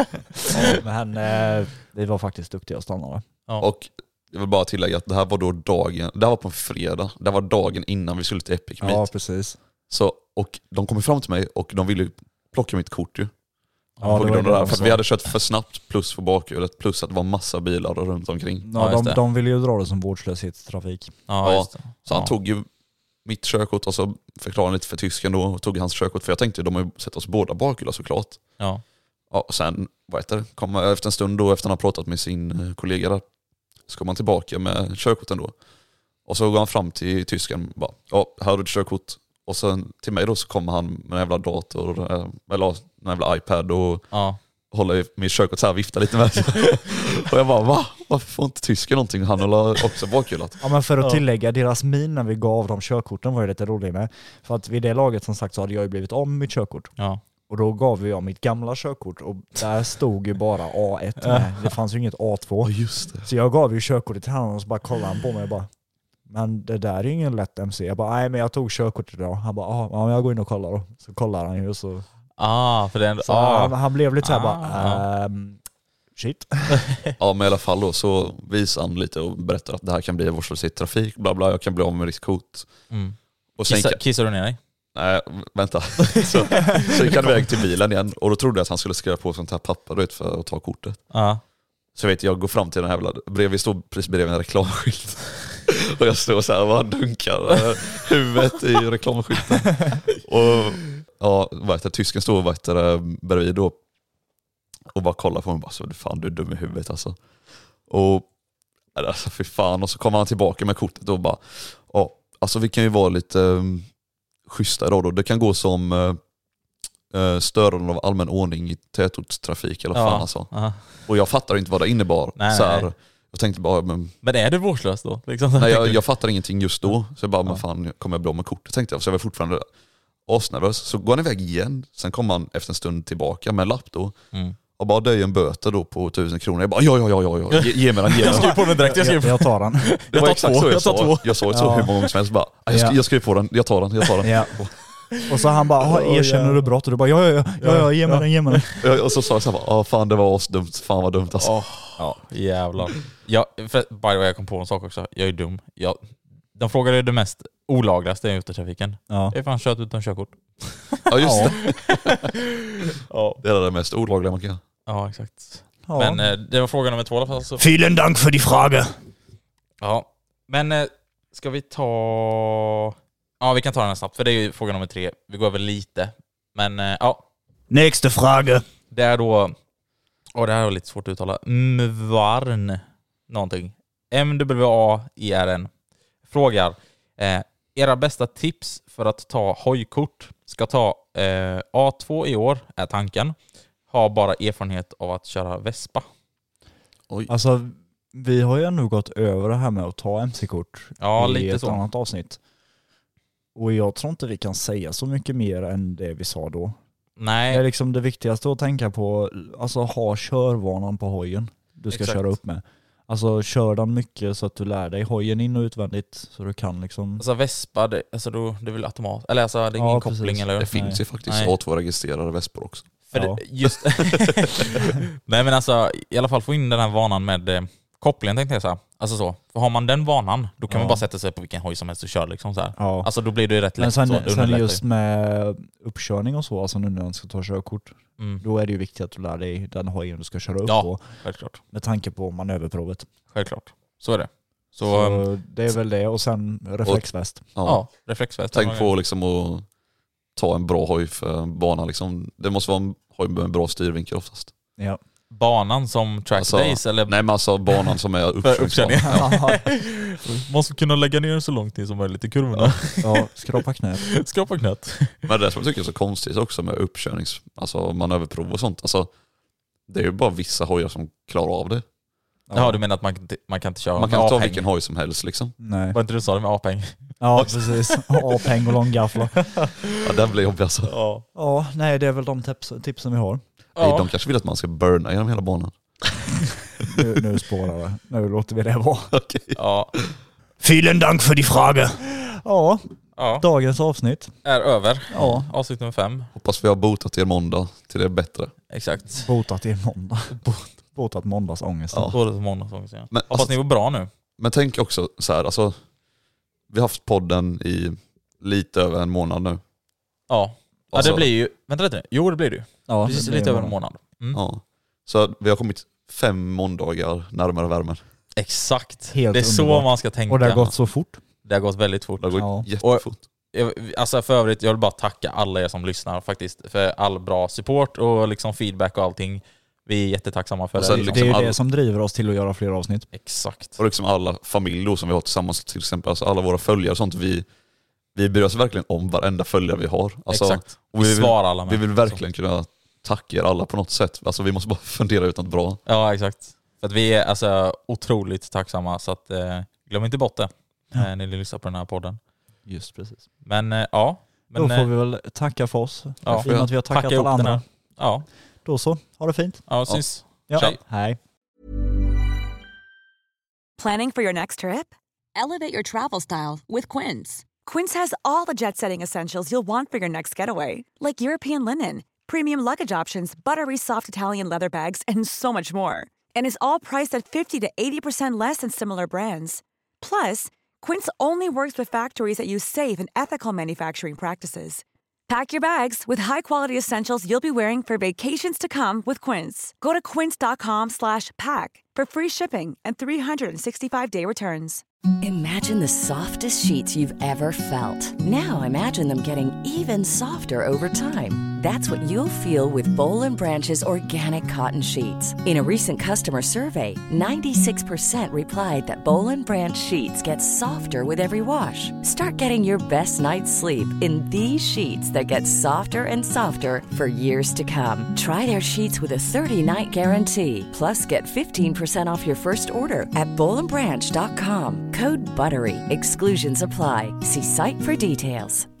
Men vi var faktiskt duktiga och stannade. Ja. Och jag vill bara tillägga att det här var då det var på en fredag. Det var dagen innan vi skulle till Epic Meet. Ja, precis. Så, och de kom fram till mig och de ville plocka mitt kort ju. Ja, på grund av det här, för att vi hade kört för snabbt plus på bakhjulet, plus att det var massa bilar runt omkring. Ja, de ville ju dra det som vårdslöshetstrafik. Ja, så han tog ju mitt körkort och så förklarade lite för tysken då och tog hans körkort, för jag tänkte de har ju sett oss båda bakhjular såklart. Ja. Ja, och sen kom efter en stund då, efter att han har pratat med sin kollega där, så kom han tillbaka med körkorten då. Och så går han fram till tysken och bara, ja, här har du ett körkort. Och sen till mig då så kommer han med en jävla dator, eller en jävla iPad och håller min körkort så här, viftar lite med. Och jag bara, varför får inte tysken någonting? Han håller också bakhjulat. Ja, men för att tillägga, deras min när vi gav dem körkorten var ju lite rolig med. För att vid det laget som sagt så hade jag ju blivit av med mitt körkort. Ja. Och då gav jag mitt gamla körkort och där stod ju bara A1 med. Det fanns ju inget A2. Just det. Så jag gav ju körkortet till honom och så bara kollade han på mig och bara, men det där är ingen lätt MC. Jag bara, nej men jag tog körkortet idag. Han bara, ja jag går in och kollar då. Så kollar han ju och så... för den, så han blev lite såhär shit. Ja, men i alla fall då så visar han lite och berättar att det här kan bli vårdslöshet trafik, bla bla, jag kan bli av med riskkort. Mm. Och sen kissar du ner dig? Nej, vänta. Så gick han iväg till bilen igen och då trodde jag att han skulle skriva på sånt här papper, du vet, för att ta kortet. Så jag går fram till den här jävla, vi står precis bredvid en reklamskylt. Och jag står så här och bara dunkar huvudet i reklamskylten. Och tysken står bredvid då och bara kollar på mig och bara, så fan, du är dum i huvudet alltså. Och alltså för fan, och så kommer han tillbaka med kortet och bara, alltså vi kan ju vara lite schyssta idag då. Det kan gå som störande av allmän ordning i tätortstrafik eller fan alltså. Och jag fattar inte vad det innebar. Nej, så här, jag tänkte bara, men är du vårdslös då? Liksom, nej, jag fattar ingenting just då. Så jag bara, men fan, kommer jag bli av med kortet, tänkte jag. Så jag var fortfarande asnervös. Så går han iväg igen. Sen kommer han efter en stund tillbaka med en lapp då. Och bara, det är ju en böter då på 1000 kronor. Jag bara, ja. Ge mig den. Jag skriver på den direkt. Jag tar den. Det var exakt så jag sa. Jag sa så hur många gånger som helst. Bara, jag skriver på den. Jag tar den. Ja. Och så han bara, erkänner du brott? Och du bara, ja, ge mig den. Och så sa jag så här, fan det var asdumt. Fan vad dumt alltså. Ja, jävlar. By the way, jag kom på en sak också. Jag är dum. De frågade det mest olagligaste i trafiken. Ja. Jag är fan kört utan körkort. Ja, just det. Det är det mest olagliga man kan. Ja, exakt. Ja. Men det var fråga nummer 2 i alla fall. Så. Vielen Dank för die Frage. Ja, men ska vi ta... Ja, vi kan ta den här snabbt, för det är ju fråga nummer 3. Vi går över lite. Men ja. Nästa fråga. Det är då... det här var lite svårt att uttala. Mvarn någonting. MWAIRN frågar era bästa tips för att ta hojkort. Ska ta A2 i år är tanken. Har bara erfarenhet av att köra Vespa. Oj. Alltså, vi har ju ändå gått över det här med att ta MC-kort Ja, i lite ett så. annat avsnitt. Och jag tror inte vi kan säga så mycket mer än det vi sa då. Nej. Det är liksom det viktigaste att tänka på, alltså ha körvanan på hojen du ska Exakt. köra upp med. Alltså kör den mycket så att du lär dig hojen in och utvändigt så du kan liksom... Alltså Vespa, det är väl automat. Eller alltså det är ingen koppling precis. eller? Det finns ju faktiskt Nej. A2-registrerade Vespor också. För Ja. just Nej men alltså i alla fall få in den här vanan med kopplingen tänkte jag så här. Alltså så. För har man den vanan då kan man bara sätta sig på vilken hoj som helst och köra liksom så här. Ja. Alltså då blir det ju rätt lätt. Men så, sen just med uppkörning och så, alltså nu när man ska ta körkort, Mm. då är det ju viktigt att du lär dig den hojen du ska köra upp Ja, på. självklart. Med tanke på manöverprovet. Självklart. Så är det. Så det är väl det. Och sen reflexväst. Ja, reflexväst. Tänk på liksom att ta en bra hoj för banan. Liksom. Det måste vara en hoj med en bra styrvinkel oftast. Ja. Banan som track Alltså, days eller? Nej men alltså banan som är uppkörning. uppkörningsbanan. Måste kunna lägga ner så långt in som möjligt i kurvorna. Ja, skrapa knät. Skrapa knät. Men det som jag tycker är så konstigt också med alltså manöverprov och sånt. Alltså, det är ju bara vissa hojar som klarar av det. Ja, du menar att man kan inte köra Man kan med inte ta A-peng? vilken hoj som helst liksom. Nej. Var inte du sa det med A-peng? Ja, precis. A-peng och långgafflar. Ja, det blir jobbigt alltså. Ja, nej det är väl de tipsen vi har. Nej, de kanske vill att man ska burna genom hela banan. Nu spårar det. Nu låter vi det vara. Okej. Ja. Vielen Dank för die Frage. Ja, Ja. dagens avsnitt. Är över. Ja. Avsnitt nummer 5. Hoppas vi har botat er måndag till det bättre. Exakt. Botat i måndag. Botat måndagsångest. Ja. Både på måndagsångest, ja. Men, Hoppas alltså, ni var bra nu. men tänk också så här, alltså, vi har haft podden i lite över en månad nu. Ja. Ja, Alltså, det blir ju... Vänta lite nu. Jo, det blir det ju. Ja, Precis det blir lite över det. en månad. Mm. Ja. Så vi har kommit 5 måndagar närmare värmen. Exakt. Helt det är så underbart. man ska tänka. Och det har gått så fort. Det har gått väldigt fort. Det har gått jättefort. Alltså för övrigt, jag vill bara tacka alla er som lyssnar faktiskt för all bra support och liksom feedback och allting. Vi är jättetacksamma för Och sen det. liksom Det är ju det som driver oss till att göra fler avsnitt. Exakt. Och liksom alla familjer då som vi har tillsammans till exempel, alltså alla våra följare och sånt, vi bryr oss verkligen om varenda följare vi har. Alltså, Exakt. och Vi svarar alla med. Vi vill verkligen kunna tacka er alla på något sätt. Alltså vi måste bara fundera ut något bra. Ja, exakt. För att vi är alltså otroligt tacksamma så att glöm inte bort det när ni lyssnar på den här podden. Just precis. Men ja. Men, Då får vi väl tacka för oss. Ja, I och med att vi har tackat packa ihop alla den andra. här. Ja. Då så. Ha det fint. Ja, syns. Ja. Tjej. Hej. Planning for your next trip? Elevate your travel style with Quince. Quince has all the jet-setting essentials you'll want for your next getaway, like European linen, premium luggage options, buttery soft Italian leather bags, and so much more. And is all priced at 50 to 80% less than similar brands. Plus, Quince only works with factories that use safe and ethical manufacturing practices. Pack your bags with high-quality essentials you'll be wearing for vacations to come with Quince. Go to quince.com/pack for free shipping and 365-day returns. Imagine the softest sheets you've ever felt. Now imagine them getting even softer over time. That's what you'll feel with Boll & Branch's organic cotton sheets. In a recent customer survey, 96% replied that Boll & Branch sheets get softer with every wash. Start getting your best night's sleep in these sheets that get softer and softer for years to come. Try their sheets with a 30-night guarantee. Plus, get 15% off your first order at bollandbranch.com. Code BUTTERY. Exclusions apply. See site for details.